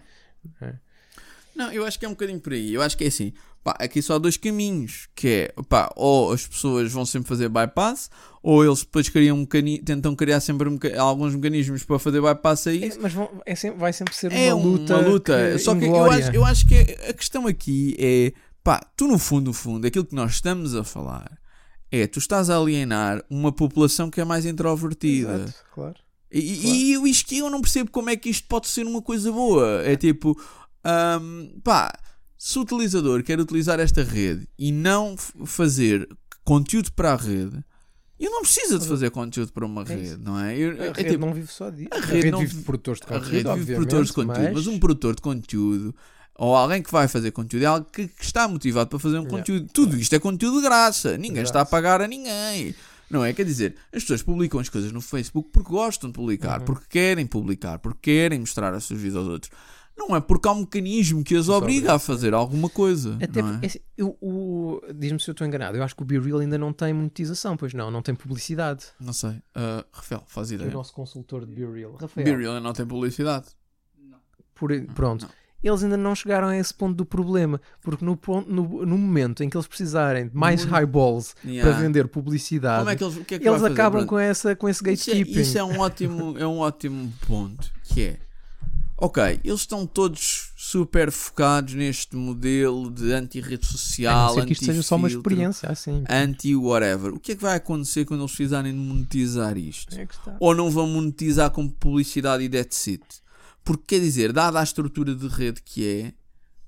Não, eu acho que é um bocadinho por aí. Eu acho que é assim, aqui só há dois caminhos, que é, ou as pessoas vão sempre fazer bypass, ou eles depois tentam criar sempre alguns mecanismos para fazer bypass a isso. Mas vai sempre ser uma luta. Só que eu acho que a questão aqui é, tu no fundo, aquilo que nós estamos a falar é, tu estás a alienar uma população que é mais introvertida. Exato, claro. E eu não percebo como é que isto pode ser uma coisa boa. É tipo... se o utilizador quer utilizar esta rede e não fazer conteúdo para a rede, ele não precisa de fazer conteúdo para uma rede, não é? A rede não vive só disso. A rede vive de produtores de conteúdo, mas um produtor de conteúdo ou alguém que vai fazer conteúdo é alguém que está motivado para fazer um conteúdo. Tudo isto é conteúdo de graça. Ninguém está a pagar a ninguém. Não é? Quer dizer, as pessoas publicam as coisas no Facebook porque gostam de publicar, porque querem mostrar a sua vida aos outros. Não é porque há um mecanismo que as obriga a fazer alguma coisa. Até não é? Diz-me se eu estou enganado. Eu acho que o BeReal ainda não tem monetização, pois não tem publicidade. Não sei. Rafael, faz ideia. O nosso consultor de BeReal. Rafael. BeReal não tem publicidade. Não. Pronto. Não. Eles ainda não chegaram a esse ponto do problema, porque no momento em que eles precisarem de mais highballs para vender publicidade, como é que eles, eles acabam com esse gatekeeping. Isso é um ótimo ponto, que é, ok, eles estão todos super focados neste modelo de anti-rede social, anti-filtro, que isto seja só uma experiência assim, anti-whatever. O que é que vai acontecer quando eles precisarem de monetizar isto? Ou não vão monetizar com publicidade e that's it? Porque, quer dizer, dada a estrutura de rede que é,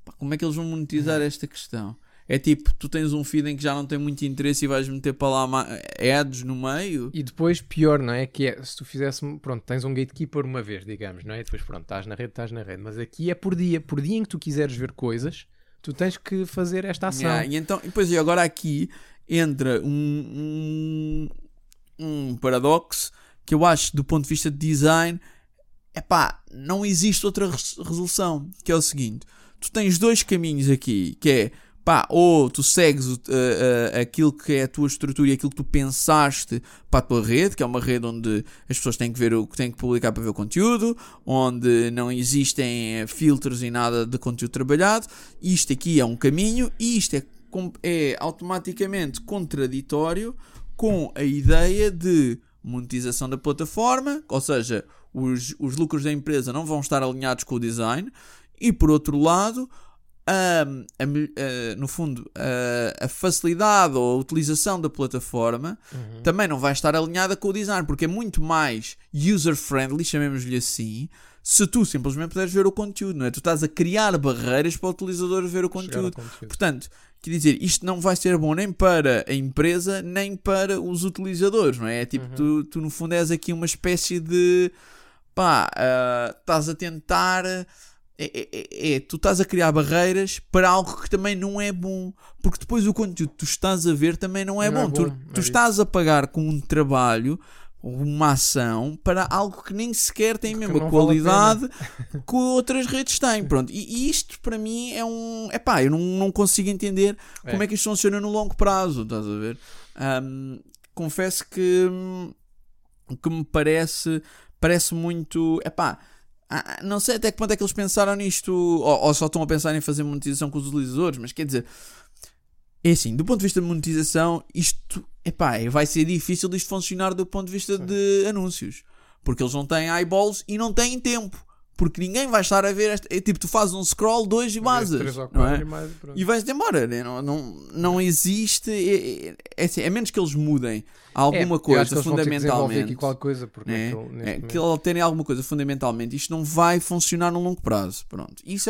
Pá, como é que eles vão monetizar esta questão? É tipo, tu tens um feed em que já não tem muito interesse e vais meter para lá ads no meio. E depois, pior, não é? Que é, se tu fizesse, pronto, tens um gatekeeper uma vez, digamos, não é? E depois, pronto, estás na rede. Mas aqui é por dia em que tu quiseres ver coisas, tu tens que fazer esta ação. E então, e agora aqui entra um paradoxo que eu acho, do ponto de vista de design, não existe outra resolução, que é o seguinte: tu tens dois caminhos aqui, que é, ou tu segues aquilo que é a tua estrutura e aquilo que tu pensaste para a tua rede, que é uma rede onde as pessoas têm que ver o que têm que publicar para ver o conteúdo, onde não existem filtros e nada de conteúdo trabalhado. Isto aqui é um caminho, e isto é automaticamente contraditório com a ideia de monetização da plataforma, ou seja, os lucros da empresa não vão estar alinhados com o design, e por outro lado, no fundo, a facilidade ou a utilização da plataforma também não vai estar alinhada com o design, porque é muito mais user-friendly, chamemos-lhe assim, se tu simplesmente puderes ver o conteúdo, não é? Tu estás a criar barreiras para o utilizador ver o conteúdo. Portanto, quer dizer, isto não vai ser bom nem para a empresa, nem para os utilizadores, não é? É tipo, tu no fundo és aqui uma espécie de... estás a tentar... tu estás a criar barreiras para algo que também não é bom, porque depois o conteúdo que tu estás a ver também não é bom. Tu estás a pagar com um trabalho, uma ação, para algo que nem sequer tem a mesma qualidade que outras redes têm. Pronto. E isto para mim é um... eu não consigo entender como é que isto funciona no longo prazo, estás a ver? Confesso que me parece muito... não sei até que ponto é que eles pensaram nisto, ou só estão a pensar em fazer monetização com os utilizadores, mas quer dizer, é assim, do ponto de vista de monetização, isto, vai ser difícil disto funcionar do ponto de vista de anúncios, porque eles não têm eyeballs e não têm tempo, porque ninguém vai estar a ver é tipo, tu fazes um scroll, 2 e basas, não é? E vais-te embora, né? Não existe, assim, a menos que eles mudem alguma coisa fundamentalmente, aqui qualquer coisa, porque que eles terem alguma coisa fundamentalmente, isto não vai funcionar no longo prazo. Pronto. Isso é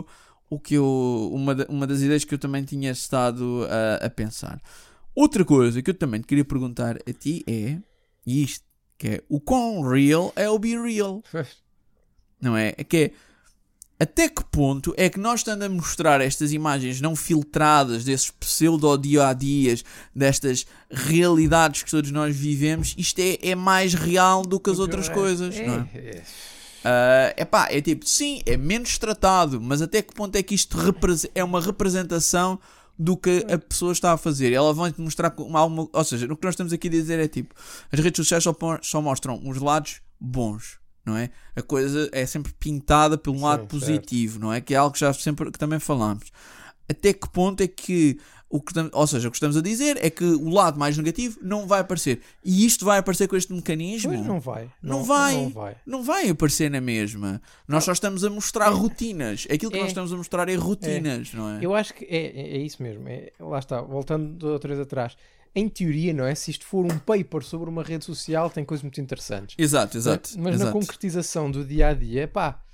uma das ideias que eu também tinha estado a pensar. Outra coisa que eu também te queria perguntar a ti é isto, que é o quão real é o be real. Não é? É que é, até que ponto é que nós estamos a mostrar estas imagens não filtradas, desses pseudo-dia-a-dias, destas realidades que todos nós vivemos, isto é mais real do que as outras coisas, não é? É tipo, sim, é menos tratado, mas até que ponto é que isto é uma representação do que a pessoa está a fazer? Ela vai-te mostrar alguma... Ou seja, o que nós estamos aqui a dizer é tipo, as redes sociais só mostram os lados bons, não é? A coisa é sempre pintada pelo lado positivo, não é? Que é algo que também falamos. Até que ponto é que o que estamos a dizer é que o lado mais negativo não vai aparecer. E isto vai aparecer com este mecanismo? Pois não vai. Não vai aparecer na mesma. Nós só estamos a mostrar rotinas. Aquilo que nós estamos a mostrar é rotinas, não é? Eu acho que é isso mesmo. Lá está, voltando outra vez atrás. Em teoria, não é? Se isto for um paper sobre uma rede social, tem coisas muito interessantes. Exato. Mas na concretização do dia-a-dia,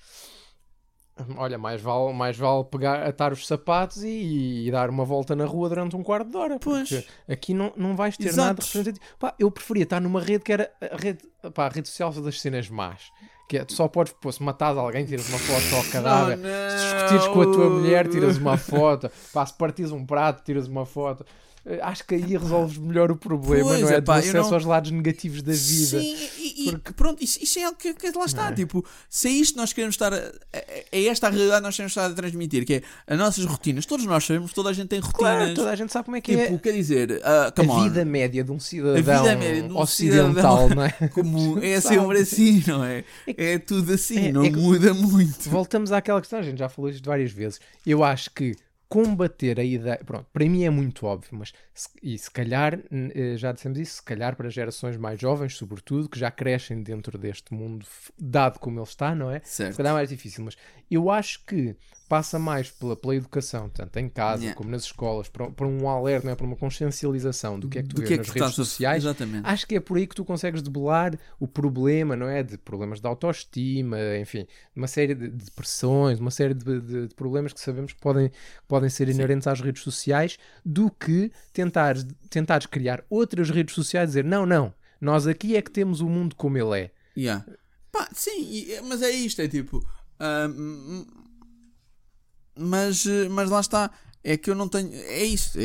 olha, mais vale atar os sapatos e dar uma volta na rua durante um quarto de hora. Porque aqui não vais ter nada representativo. Eu preferia estar numa rede que era a rede social das cenas más. Que tu só podes, se matares alguém, tiras uma foto ao cadáver. Se discutires com a tua mulher, tiras uma foto. Se partires um prato, tiras uma foto. Acho que aí resolves melhor o problema, não é? Do acesso aos lados negativos da vida. Sim, porque... pronto, isso é algo que lá está. Tipo, se é isto nós queremos estar é esta a realidade que nós queremos estar a transmitir, que é as nossas rotinas. Todos nós sabemos, toda a gente tem rotinas. Claro, toda a gente sabe como é que tipo, quer dizer, a vida média de um cidadão ocidental, não é? Como é sempre assim, não é? É tudo assim, não muda muito. Voltamos àquela questão, a gente já falou isto várias vezes. Eu acho que combater a ideia, pronto, para mim é muito óbvio, mas se calhar, já dissemos isso, se calhar para gerações mais jovens, sobretudo, que já crescem dentro deste mundo dado como ele está, não é? Certo. Se calhar é mais difícil, mas eu acho que passa mais pela educação, tanto em casa como nas escolas, para um alerta, não é? Para uma consciencialização do que é que tu vês nas redes sociais. Exatamente. Acho que é por aí que tu consegues debelar o problema, não é? De problemas de autoestima, enfim, uma série de depressões, uma série de problemas que sabemos que podem ser inerentes às redes sociais, do que tentares criar outras redes sociais e dizer, não, nós aqui é que temos o mundo como ele é. Pá, sim, mas é isto, é tipo... Mas lá está, é que eu não tenho, é isso,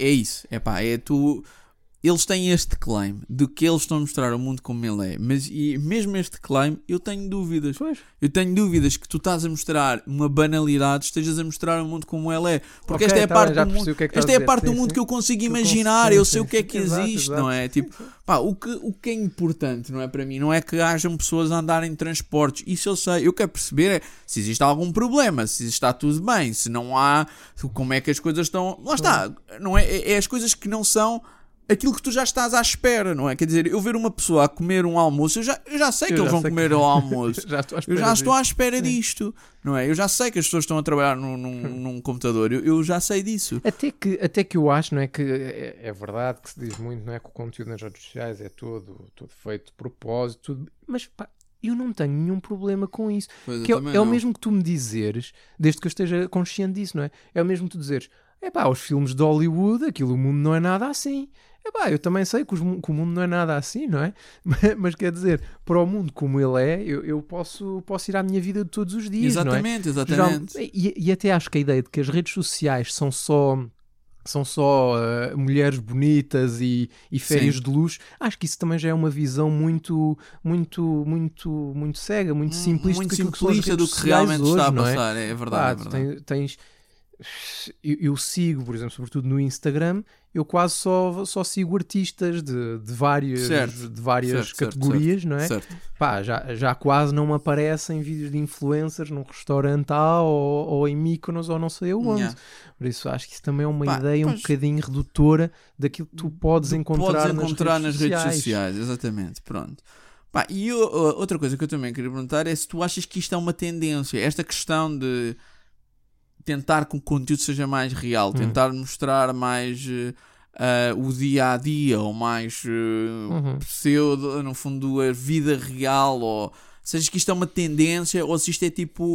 eles têm este claim de que eles estão a mostrar o mundo como ele é, mas e mesmo este claim eu tenho dúvidas. Eu tenho dúvidas que tu estás a mostrar uma banalidade, estejas a mostrar o mundo como ele é, porque esta é a parte do mundo, esta é a parte do mundo que eu consigo imaginar, eu sei o que é que existe, não é? Tipo, pá, o que é importante, não é, para mim, não é que hajam pessoas a andarem em transportes, isso eu sei, eu quero perceber se existe algum problema, se está tudo bem, se não há, como é que as coisas estão, lá está, não é as coisas que não são aquilo que tu já estás à espera, não é? Quer dizer, eu ver uma pessoa a comer um almoço, eu já sei que eles vão comer o almoço. Eu já estou à espera disto, não é? Eu já sei que as pessoas estão a trabalhar num computador, eu já sei disso. Até que eu acho, não é? Que é verdade que se diz muito, não é? Que o conteúdo nas redes sociais é todo feito de propósito, tudo, mas pá, eu não tenho nenhum problema com isso. Que é o mesmo que tu me dizeres, desde que eu esteja consciente disso, não é? É o mesmo que tu dizeres, os filmes de Hollywood, o mundo não é nada assim. Eu também sei que o mundo não é nada assim, não é? Mas quer dizer, para o mundo como ele é, eu posso ir à minha vida de todos os dias, exatamente, não é? Exatamente. E até acho que a ideia de que as redes sociais são só mulheres bonitas e férias de luxo, acho que isso também já é uma visão muito cega, muito simplista, muito simplista do que realmente está a passar, é verdade. Eu sigo, por exemplo, sobretudo no Instagram, eu quase só sigo artistas de várias categorias, não é? Pá, já quase não me aparecem vídeos de influencers num restaurante ou em Mykonos ou não sei aonde. Por isso acho que isso também é uma ideia um bocadinho redutora daquilo que tu podes encontrar nas redes sociais. Exatamente, pronto. Pá, e outra coisa que eu também queria perguntar é se tu achas que isto é uma tendência, esta questão de tentar que o conteúdo seja mais real, tentar mostrar mais o dia a dia, ou mais pseudo, no fundo, a vida real, ou seja, que isto é uma tendência, ou se isto é tipo,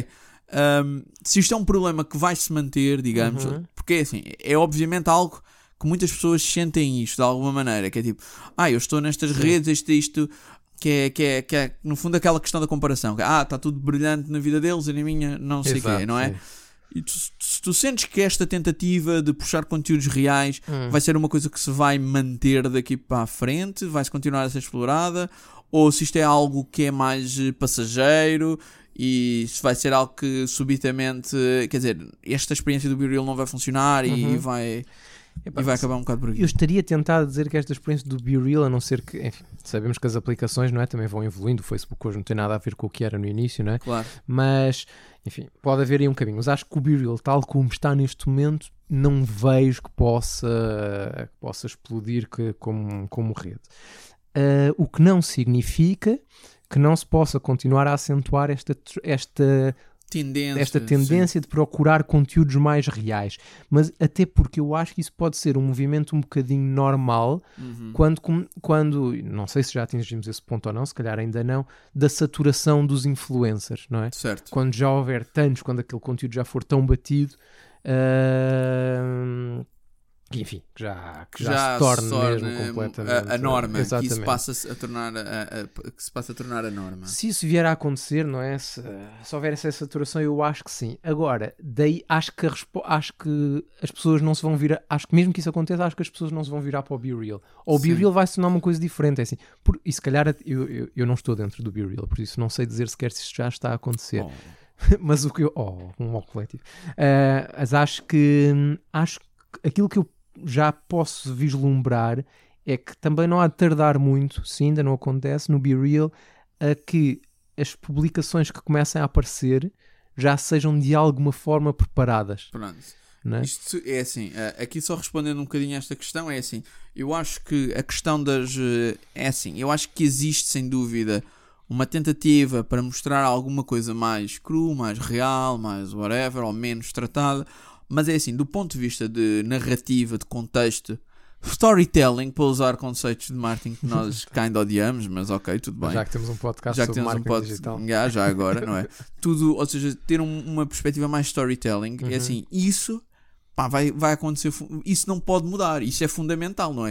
se isto é um problema que vai se manter, digamos, porque assim, é obviamente algo que muitas pessoas sentem isto de alguma maneira, que é tipo, eu estou nestas redes, isto que é no fundo aquela questão da comparação, que está tudo brilhante na vida deles e na minha não sei o quê, não é? Sim. E se tu sentes que esta tentativa de puxar conteúdos reais vai ser uma coisa que se vai manter daqui para a frente, vai-se continuar a ser explorada, ou se isto é algo que é mais passageiro e se vai ser algo que subitamente, quer dizer, esta experiência do BeReal não vai funcionar e vai acabar um bocado por aqui. Eu estaria tentado a dizer que esta experiência do BeReal, a não ser que, enfim, sabemos que as aplicações, não é, também vão evoluindo, o Facebook hoje não tem nada a ver com o que era no início, não é? Claro. Mas, enfim, pode haver aí um caminho. Mas acho que o BeReal, tal como está neste momento, não vejo que possa explodir como rede. O que não significa que não se possa continuar a acentuar esta tendência de procurar conteúdos mais reais, mas até porque eu acho que isso pode ser um movimento um bocadinho normal quando não sei se já atingimos esse ponto ou não, se calhar ainda não, da saturação dos influencers, não é? Certo. Quando já houver tantos, quando aquele conteúdo já for tão batido, enfim, que já se torne mesmo completamente a norma, exatamente. Que isso passa a tornar que se passa a tornar a norma. Se isso vier a acontecer, não é? Se houver essa saturação, eu acho que sim. Agora, daí acho que as pessoas não se vão virar, acho que mesmo que isso aconteça, acho que as pessoas não se vão virar para o BeReal. Ou o BeReal vai se tornar uma coisa diferente, é assim. E se calhar eu não estou dentro do BeReal, por isso não sei dizer sequer se isto já está a acontecer. Mas o que um coletivo. Mas acho que aquilo que eu já posso vislumbrar é que também não há de tardar muito, se ainda não acontece, no BeReal, a que as publicações que comecem a aparecer já sejam de alguma forma preparadas. Pronto. Não é? Isto é assim, aqui só respondendo um bocadinho a esta questão, é assim, eu acho que a questão eu acho que existe sem dúvida uma tentativa para mostrar alguma coisa mais cru, mais real, mais whatever, ou menos tratada. Mas é assim, do ponto de vista de narrativa, de contexto, storytelling, para usar conceitos de marketing que nós ainda odiamos, mas ok, tudo bem. Já que temos um podcast sobre marketing digital. Já agora, não é? Tudo, ou seja, ter uma perspectiva mais storytelling, é assim, isso vai acontecer, isso não pode mudar, isso é fundamental, não é?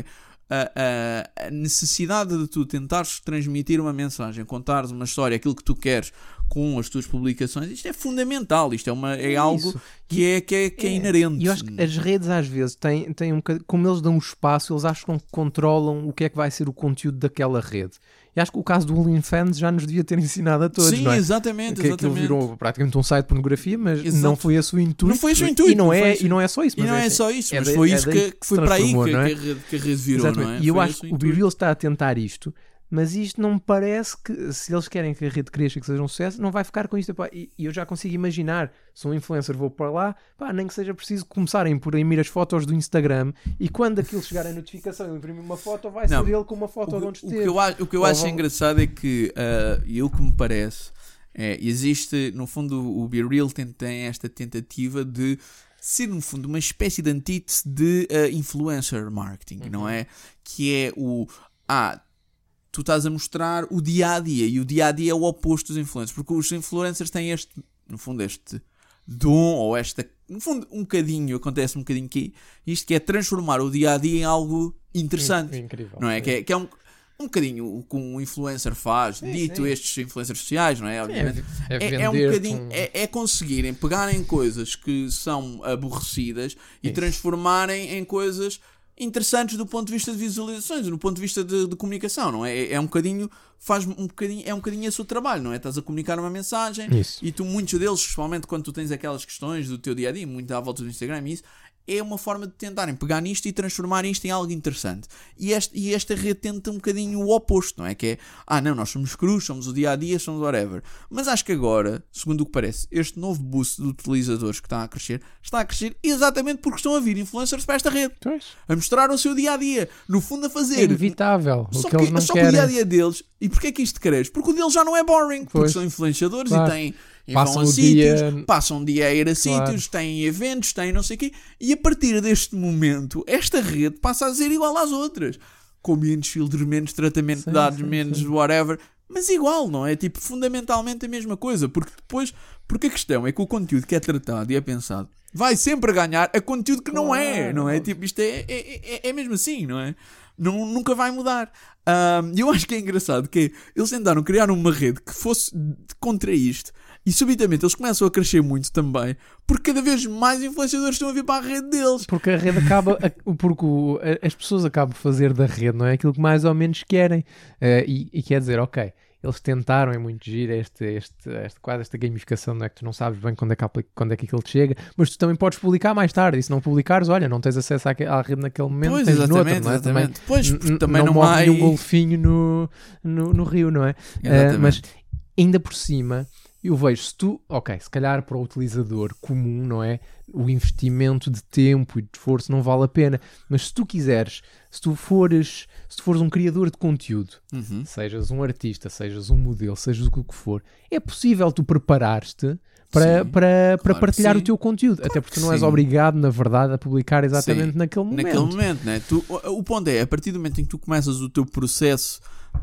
A necessidade de tu tentares transmitir uma mensagem, contares uma história, aquilo que tu queres com as tuas publicações, isto é fundamental, isto é algo que é inerente. E eu acho que as redes às vezes têm um bocadinho, como eles dão o espaço, eles acham que controlam o que é que vai ser o conteúdo daquela rede. E acho que o caso do OnlyFans já nos devia ter ensinado a todos. Sim, não é? exatamente. Que aquilo virou praticamente um site de pornografia, mas Exato. não foi esse o intuito. Não foi esse o intuito. E não é só isso. Mas foi isso que foi para aí que a rede virou, exatamente. Não é? E eu acho que o BeReal está a tentar isto, mas isto não me parece que, se eles querem que a rede cresça e que seja um sucesso, não vai ficar com isto. E eu já consigo imaginar, sou um influencer, vou para lá, nem que seja preciso começarem por imprimir as fotos do Instagram, e quando aquilo chegar a notificação e imprimir uma foto, vai ser ele com uma foto de onde esteve. O que eu acho engraçado é que, e o que me parece, existe, no fundo, o BeReal tem esta tentativa de ser, no fundo, uma espécie de antítese de influencer marketing, não é? Que é tu estás a mostrar o dia-a-dia, e o dia-a-dia é o oposto dos influencers, porque os influencers têm este dom, ou no fundo, acontece um bocadinho que isto que é transformar o dia-a-dia em algo interessante. Incrível. Não é? Que é um bocadinho o que um influencer faz, dito estes influencers sociais, não é? Obviamente. É um bocadinho, é conseguirem pegarem coisas que são aborrecidas e transformarem em coisas interessantes do ponto de vista de visualizações, do ponto de vista de comunicação, não é? É um bocadinho esse o trabalho, não é? Estás a comunicar uma mensagem e tu, muitos deles, principalmente quando tu tens aquelas questões do teu dia-a-dia, muito à volta do Instagram e isso, é uma forma de tentarem pegar nisto e transformar isto em algo interessante. E esta rede tenta um bocadinho o oposto, não é? Que é, não, nós somos crus, somos o dia-a-dia, somos whatever. Mas acho que agora, segundo o que parece, este novo boost de utilizadores que está a crescer exatamente porque estão a vir influencers para esta rede. A mostrar o seu dia-a-dia. No fundo, a fazer. É inevitável. Só que o dia-a-dia deles, e porquê é que isto cresce? Porque o deles já não é boring. Porque são influenciadores e têm... E passam um dia a ir a sítios, têm eventos, têm não sei o quê, e a partir deste momento, esta rede passa a ser igual às outras, com menos filtros, menos tratamento de dados, menos whatever, mas igual, não é? Tipo, fundamentalmente a mesma coisa, porque a questão é que o conteúdo que é tratado e é pensado vai sempre ganhar a conteúdo que não é? Tipo, isto é mesmo assim, não é? Nunca vai mudar. Eu acho que é engraçado que eles tentaram criar uma rede que fosse contra isto, e subitamente eles começam a crescer muito também, porque cada vez mais influenciadores estão a vir para a rede deles. Porque a rede porque as pessoas acabam de fazer da rede, não é? Aquilo que mais ou menos querem. E quer dizer, ok, eles tentaram, é muito giro quase esta gamificação, não é? Que tu não sabes bem quando é que aquilo te chega, mas tu também podes publicar mais tarde, e se não publicares, olha, não tens acesso à rede naquele momento, tens noutra, não é? Também não morre nenhum golfinho no rio, não é? Mas ainda por cima, eu vejo, se calhar para o utilizador comum, não é? O investimento de tempo e de esforço não vale a pena, mas se tu quiseres, se tu fores um criador de conteúdo, sejas um artista, sejas um modelo, sejas o que for, é possível tu preparares-te para partilhar o teu conteúdo, até porque tu não és obrigado, na verdade, a publicar exatamente naquele momento. Né? O ponto é, a partir do momento em que tu começas o teu processo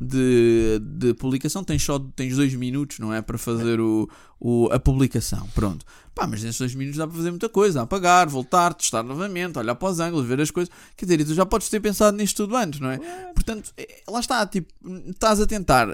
de publicação, tens 2 minutos, não é? Para fazer a publicação, pronto. Mas nesses 2 minutos dá para fazer muita coisa, apagar, voltar, testar novamente, olhar para os ângulos, ver as coisas, quer dizer, e tu já podes ter pensado nisto tudo antes, não é? Portanto, lá está, tipo, estás a tentar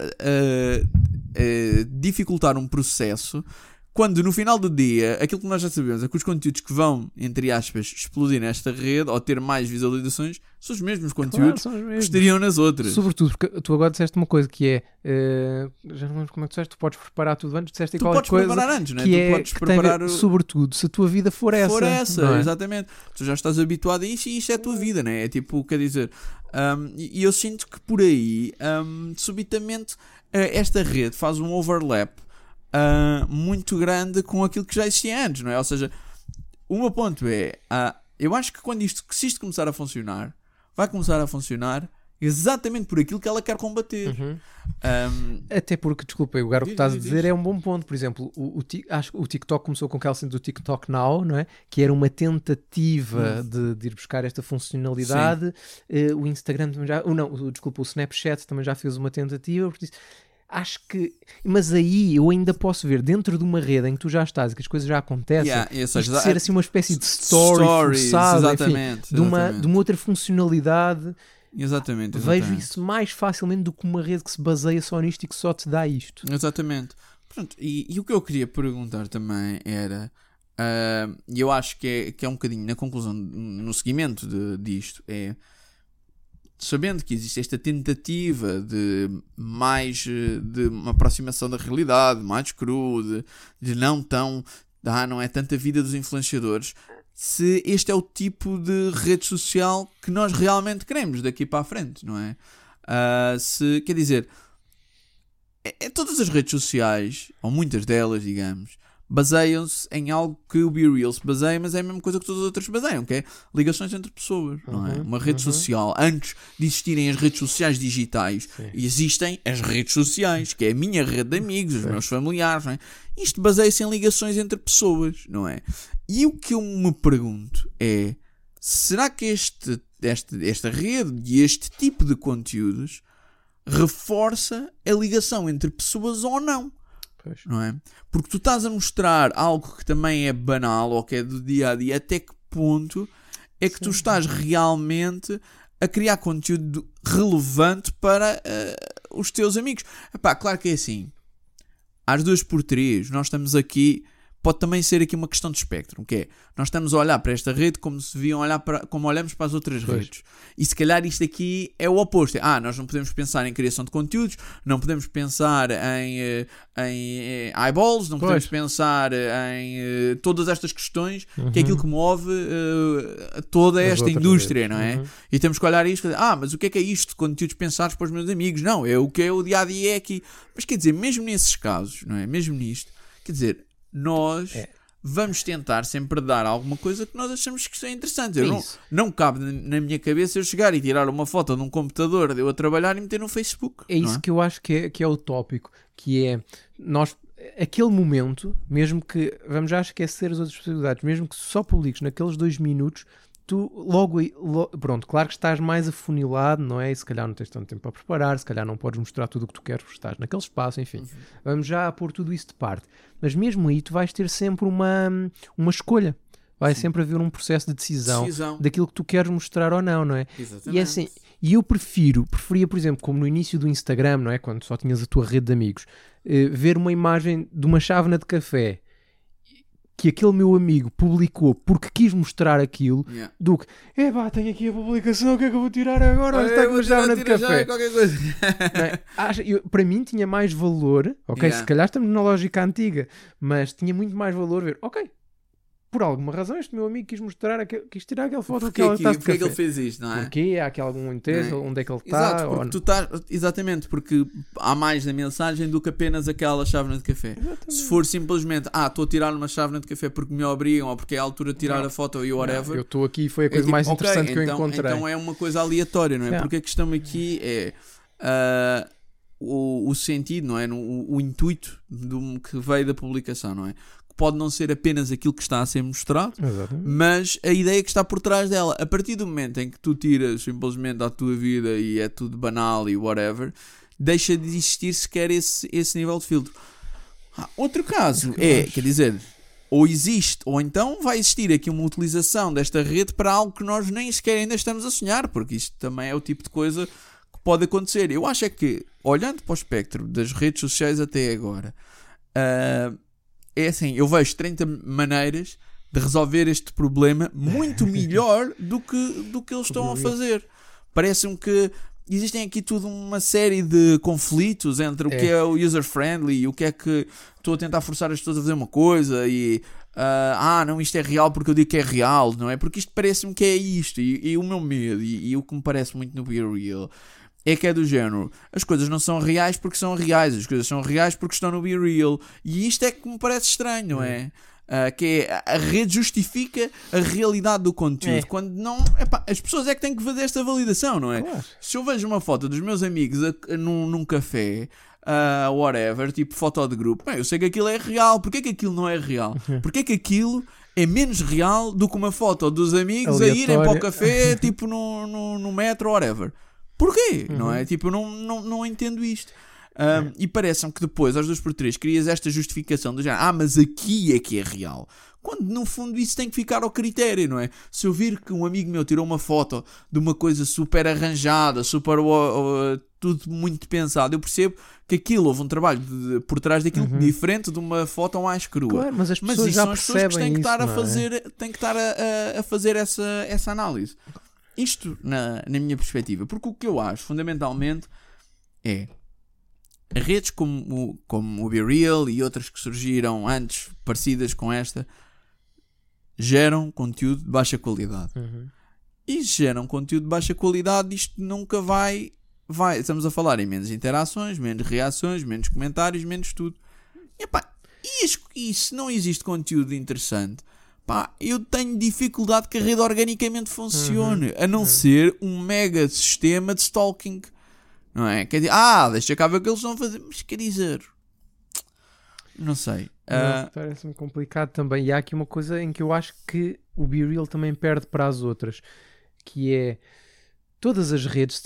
dificultar um processo, quando no final do dia, aquilo que nós já sabemos é que os conteúdos que vão, entre aspas, explodir nesta rede ou ter mais visualizações são os mesmos conteúdos que estariam nas outras. Sobretudo, porque tu agora disseste uma coisa que é, já não lembro como é que tu disseste, tu podes preparar tudo antes, disseste qualquer coisa. Tu podes preparar antes, não é? Tu podes preparar sobretudo, se a tua vida for essa. É? Exatamente. Tu já estás habituado a isso e isto é a tua vida, não é? É tipo, quer dizer, e eu sinto que por aí, subitamente, esta rede faz um overlap muito grande com aquilo que já existia antes, não é? Ou seja, o meu ponto é, eu acho que se isto começar a funcionar, vai começar a funcionar exatamente por aquilo que ela quer combater. Até porque, desculpa, o que estás a dizer é um bom ponto. Por exemplo, acho que o TikTok começou com aquela cena do TikTok Now, não é? Que era uma tentativa de ir buscar esta funcionalidade. O Instagram também já... o Snapchat também já fez uma tentativa. Porque acho que... Mas aí eu ainda posso ver, dentro de uma rede em que tu já estás e que as coisas já acontecem, ser assim uma espécie de story forçada, enfim, de uma outra funcionalidade... Exatamente. Vejo isso mais facilmente do que uma rede que se baseia só nisto e que só te dá isto. Exatamente. Pronto, e o que eu queria perguntar também era, e eu acho que é um bocadinho na conclusão, no seguimento disto, é sabendo que existe esta tentativa de uma aproximação da realidade mais cru, de não tão, não é tanta vida dos influenciadores, se este é o tipo de rede social que nós realmente queremos daqui para a frente, não é? Quer dizer, todas as redes sociais, ou muitas delas, digamos, baseiam-se em algo que o BeReal se baseia, mas é a mesma coisa que todas as outras baseiam, que é ligações entre pessoas, não é? Uma rede social, antes de existirem as redes sociais digitais, existem as redes sociais, que é a minha rede de amigos, os meus familiares, não é? Isto baseia-se em ligações entre pessoas, não é? E o que eu me pergunto é, será que esta rede e este tipo de conteúdos reforça a ligação entre pessoas ou não? Pois. Não é? Porque tu estás a mostrar algo que também é banal ou que é do dia a dia, até que ponto é que tu estás realmente a criar conteúdo relevante para os teus amigos? Epá, claro que é assim, às 2x3 nós estamos aqui, pode também ser aqui uma questão de espectro, que é, nós estamos a olhar para esta rede como se deviam olhar como olhamos para as outras redes. E se calhar isto aqui é o oposto. Nós não podemos pensar em criação de conteúdos, não podemos pensar em eyeballs, não podemos pensar em todas estas questões, que é aquilo que move toda esta indústria, não é? E temos que olhar isto e dizer, mas o que é isto de conteúdos pensados para os meus amigos? Não, é o que é o dia-a-dia aqui. Mas quer dizer, mesmo nesses casos, não é? Mesmo nisto, quer dizer, nós vamos tentar sempre dar alguma coisa que nós achamos que é interessante. Não cabe na minha cabeça eu chegar e tirar uma foto de um computador de eu a trabalhar e meter no Facebook. É isso que eu acho que é utópico, que é nós, aquele momento, mesmo que vamos já esquecer as outras possibilidades, mesmo que só publiques naqueles 2 minutos, tu pronto, claro que estás mais afunilado, não é? E se calhar não tens tanto tempo para preparar, se calhar não podes mostrar tudo o que tu queres, estás naquele espaço, enfim. Vamos já pôr tudo isso de parte. Mas mesmo aí tu vais ter sempre uma escolha. Vai sempre haver um processo de decisão daquilo que tu queres mostrar ou não, não é? Exatamente. E é assim, e eu preferia, por exemplo, como no início do Instagram, não é? Quando só tinhas a tua rede de amigos, ver uma imagem de uma chávena de café que aquele meu amigo publicou porque quis mostrar aquilo, do que, tenho aqui a publicação, o que é que eu vou tirar agora? Está com uma chávena de café. Para mim tinha mais valor, se calhar estamos na lógica antiga, mas tinha muito mais valor ver, por alguma razão este meu amigo quis tirar aquela foto daquela taça de café. Porque é que ele fez isto, não é? Porque há aqui algum interesse, onde é que ele está? Exato, porque tu estás, exatamente, porque há mais na mensagem do que apenas aquela chávena de café. Exatamente. Se for simplesmente, estou a tirar uma chávena de café porque me obrigam ou porque é a altura de tirar a foto e whatever. Eu estou aqui, foi a coisa mais interessante que eu encontrei. Então é uma coisa aleatória, não é? Porque a questão aqui é o sentido, não é? O intuito que veio da publicação, não é? Pode não ser apenas aquilo que está a ser mostrado, mas a ideia que está por trás dela. A partir do momento em que tu tiras simplesmente a tua vida e é tudo banal e whatever, deixa de existir sequer esse nível de filtro. Outro caso quer dizer, ou existe, ou então vai existir aqui uma utilização desta rede para algo que nós nem sequer ainda estamos a sonhar, porque isto também é o tipo de coisa que pode acontecer. Eu acho que, olhando para o espectro das redes sociais até agora, é assim, eu vejo 30 maneiras de resolver este problema muito melhor do que eles estão a fazer. Parece-me que existem aqui tudo uma série de conflitos entre o que é o user-friendly e o que é que estou a tentar forçar as pessoas a fazer uma coisa e não, isto é real porque eu digo que é real, não é? Porque isto parece-me que é isto e o meu medo e o que me parece muito no BeReal é que é do género, as coisas não são reais porque são reais, as coisas são reais porque estão no BeReal, e isto é que me parece estranho, não é? que é a rede justifica a realidade do conteúdo, quando não, as pessoas é que têm que fazer esta validação, não é? Claro. Se eu vejo uma foto dos meus amigos num café, whatever, tipo foto de grupo, eu sei que aquilo é real. Porquê que aquilo não é real? Porquê que aquilo é menos real do que uma foto dos amigos aleatório, a irem para o café, tipo no metro, whatever? Porquê? Não é? Tipo, eu não entendo isto. E parece-me que depois, às 2x3, crias esta justificação do género, mas aqui é que é real. Quando no fundo isso tem que ficar ao critério, não é? Se eu vir que um amigo meu tirou uma foto de uma coisa super arranjada, super tudo muito pensado, eu percebo que aquilo, houve um trabalho por trás daquilo diferente de uma foto mais crua. Claro, mas as pessoas isso já são as pessoas que têm que estar a fazer essa análise. Isto na minha perspectiva, porque o que eu acho fundamentalmente é redes como o BeReal e outras que surgiram antes, parecidas com esta, geram conteúdo de baixa qualidade. E se geram conteúdo de baixa qualidade, isto nunca vai. Estamos a falar em menos interações, menos reações, menos comentários, menos tudo. E se não existe conteúdo interessante, eu tenho dificuldade que a rede organicamente funcione, a não ser um mega sistema de stalking. Não é? Quer dizer, deixa cá ver o que eles estão a fazer. Mas quer dizer, não sei. Parece-me complicado também. E há aqui uma coisa em que eu acho que o BeReal também perde para as outras, que é todas as redes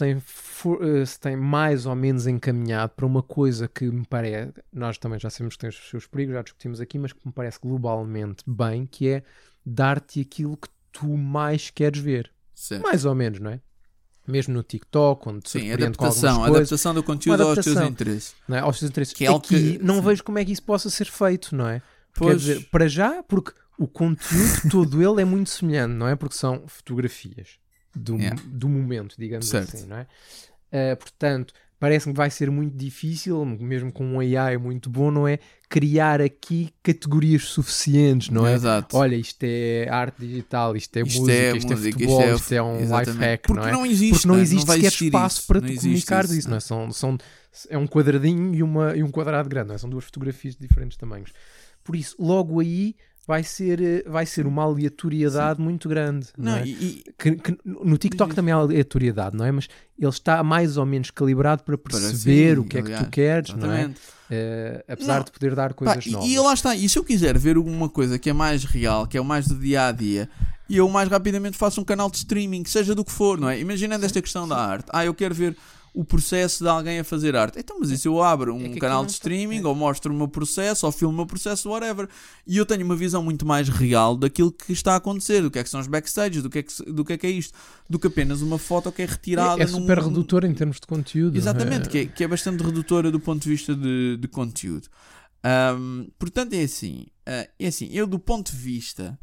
se têm mais ou menos encaminhado para uma coisa que me parece, nós também já sabemos que tem os seus perigos, já discutimos aqui, mas que me parece globalmente bem, que é dar-te aquilo que tu mais queres ver. Certo. Mais ou menos, não é? Mesmo no TikTok, onde sim, adaptação do conteúdo aos teus interesses. Não é? Aos teus interesses. Que é aqui não vejo como é que isso possa ser feito, não é? Quer dizer, para já, porque o conteúdo todo ele é muito semelhante, não é? Porque são fotografias do momento, digamos assim, não é? Portanto, parece-me que vai ser muito difícil, mesmo com um AI muito bom, não é? Criar aqui categorias suficientes, não é? Exato. Olha, isto é arte digital, isto é música, isto é futebol, isto é um life hack, não é? Não existe, porque não existe sequer espaço isso, para tu comunicares isso, não é? É um quadradinho e um quadrado grande, não é? São duas fotografias de diferentes tamanhos. Por isso, logo aí vai ser uma aleatoriedade muito grande. Não é? Que no TikTok também há aleatoriedade, não é? Mas ele está mais ou menos calibrado para perceber o que é que tu queres, exatamente. Não é? Apesar de poder dar coisas novas. E lá está. E se eu quiser ver alguma coisa que é mais real, que é o mais do dia-a-dia, e eu mais rapidamente faço um canal de streaming, seja do que for, não é? Imaginando esta questão da arte. Eu quero ver o processo de alguém a fazer arte. Então, mas isso eu abro um canal de streaming, ou mostro o meu processo, ou filmo o meu processo, whatever. E eu tenho uma visão muito mais real daquilo que está a acontecer, do que é que são os backstages, do que é isto, do que apenas uma foto que é retirada. É super redutora em termos de conteúdo. Exatamente, que é bastante redutora do ponto de vista de conteúdo. Portanto, é assim, eu do ponto de vista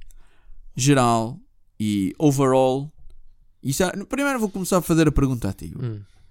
geral e overall, primeiro vou começar a fazer a pergunta a ti.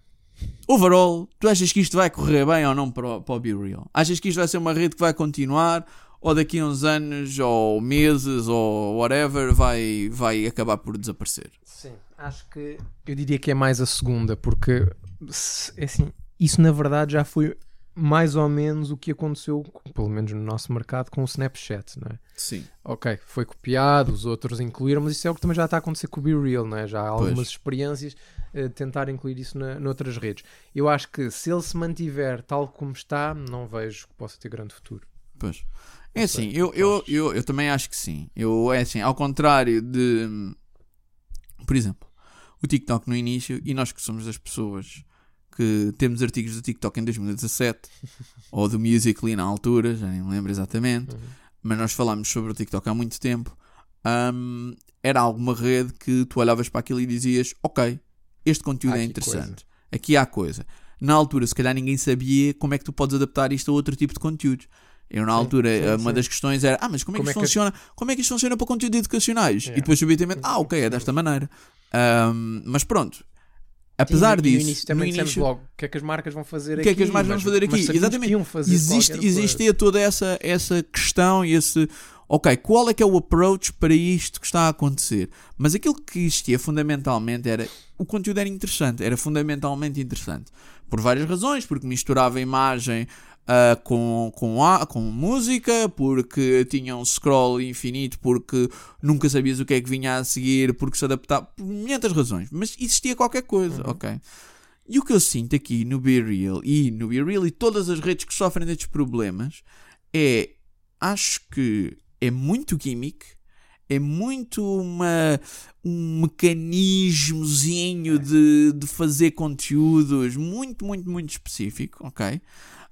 Overall, tu achas que isto vai correr bem ou não para o BeReal? Achas que isto vai ser uma rede que vai continuar, ou daqui a uns anos ou meses ou whatever vai acabar por desaparecer? Sim, acho que eu diria que é mais a segunda, porque assim, isso na verdade já foi mais ou menos o que aconteceu, pelo menos no nosso mercado, com o Snapchat, não é? Sim. Ok, foi copiado, os outros incluíram, mas isso é o que também já está a acontecer com o BeReal, não é? Já há algumas experiências tentar incluir isso noutras redes. Eu acho que se ele se mantiver tal como está, não vejo que possa ter grande futuro. Pois. É assim, eu também acho que sim. É assim, ao contrário de, por exemplo, o TikTok no início, e nós que somos das pessoas que temos artigos do TikTok em 2017 ou do Musical.ly na altura, já nem me lembro exatamente, mas nós falámos sobre o TikTok há muito tempo. Era alguma rede que tu olhavas para aquilo e dizias, ok, este conteúdo é interessante, aqui há coisa. Na altura se calhar ninguém sabia como é que tu podes adaptar isto a outro tipo de conteúdos. Eu na altura, uma das questões era, mas como é que isto funciona? Como é que isto funciona para conteúdos educacionais? E depois subitamente, ok, é desta maneira. Mas pronto, apesar disso, no início também dissemos logo o que é que as marcas vão fazer aqui. O que é que as marcas vão fazer aqui? Exatamente. Existe toda essa questão e esse, ok, qual é que é o approach para isto que está a acontecer? Mas aquilo que existia fundamentalmente era, o conteúdo era interessante, era fundamentalmente interessante. Por várias razões, porque misturava a imagem com música, porque tinham scroll infinito, porque nunca sabias o que é que vinha a seguir, porque se adaptava, por muitas razões, mas existia qualquer coisa, ok? E o que eu sinto aqui no BeReal e todas as redes que sofrem destes problemas acho que é muito gimmick, é muito um mecanismozinho de fazer conteúdos muito, muito, muito específico, ok?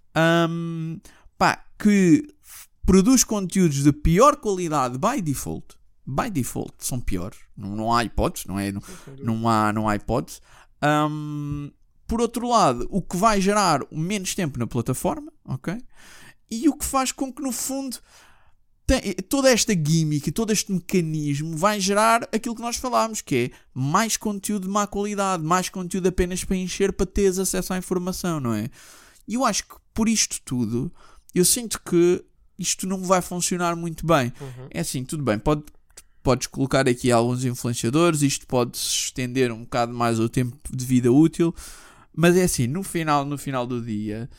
Que produz conteúdos de pior qualidade by default, são piores, não há hipóteses, não há hipóteses. Por outro lado, o que vai gerar menos tempo na plataforma, ok? E o que faz com que, no fundo, toda esta gimmick, todo este mecanismo vai gerar aquilo que nós falámos, que é mais conteúdo de má qualidade, mais conteúdo apenas para encher, para teres acesso à informação, não é? E eu acho que por isto tudo, eu sinto que isto não vai funcionar muito bem. É assim, tudo bem, podes colocar aqui alguns influenciadores, isto pode se estender um bocado mais o tempo de vida útil, mas é assim, no final do dia,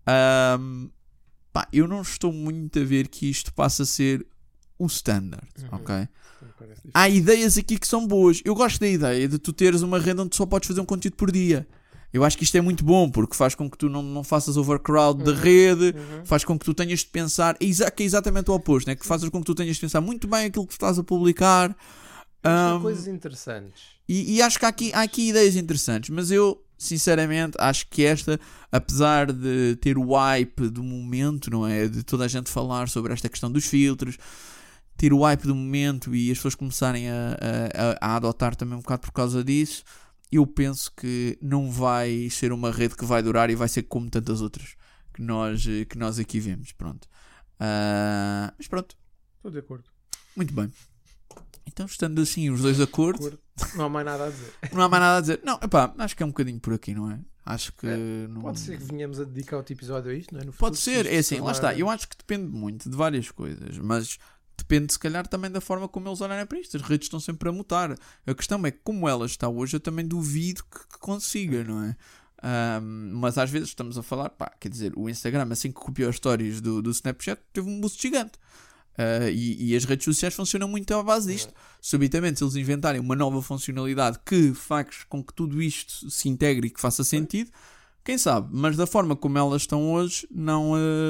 eu não estou muito a ver que isto passe a ser o standard, ok? Há ideias aqui que são boas. Eu gosto da ideia de tu teres uma rede onde só podes fazer um conteúdo por dia. Eu acho que isto é muito bom, porque faz com que tu não faças overcrowd da rede, faz com que tu tenhas de pensar, que é exatamente o oposto, né? Que fazes com que tu tenhas de pensar muito bem aquilo que estás a publicar. São coisas interessantes. E acho que há aqui ideias interessantes, mas eu, sinceramente, acho que esta, apesar de ter o hype do momento, não é? De toda a gente falar sobre esta questão dos filtros, ter o hype do momento e as pessoas começarem a adotar também um bocado por causa disso, eu penso que não vai ser uma rede que vai durar e vai ser como tantas outras que nós aqui vemos. Pronto. Mas pronto. Estou de acordo. Muito bem. Então, estando assim os dois de acordo, não há mais nada a dizer. Não há mais nada a dizer. Não, acho que é um bocadinho por aqui, não é? Acho que pode ser que venhamos a dedicar outro episódio a isto, não é? No futuro, pode ser, é assim, lá está. Eu acho que depende muito de várias coisas, mas depende se calhar também da forma como eles olharem para isto. As redes estão sempre a mutar. A questão é que como ela está hoje, eu também duvido que consiga, não é? Mas às vezes estamos a falar, quer dizer, o Instagram, assim que copiou as stories do Snapchat, teve um boost gigante. E as redes sociais funcionam muito à base disto. Subitamente, se eles inventarem uma nova funcionalidade que faz com que tudo isto se integre e que faça sentido, quem sabe? Mas da forma como elas estão hoje, não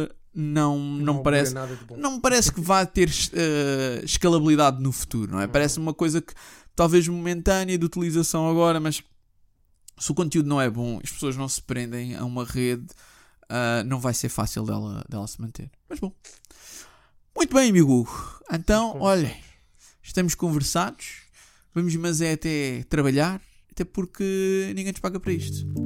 me parece que vá ter escalabilidade no futuro, não é? Parece uma coisa que talvez momentânea de utilização agora, mas se o conteúdo não é bom, as pessoas não se prendem a uma rede, não vai ser fácil dela se manter. Mas bom, muito bem, amigo. Então, olha, estamos conversados, vamos até trabalhar, até porque ninguém nos paga para isto.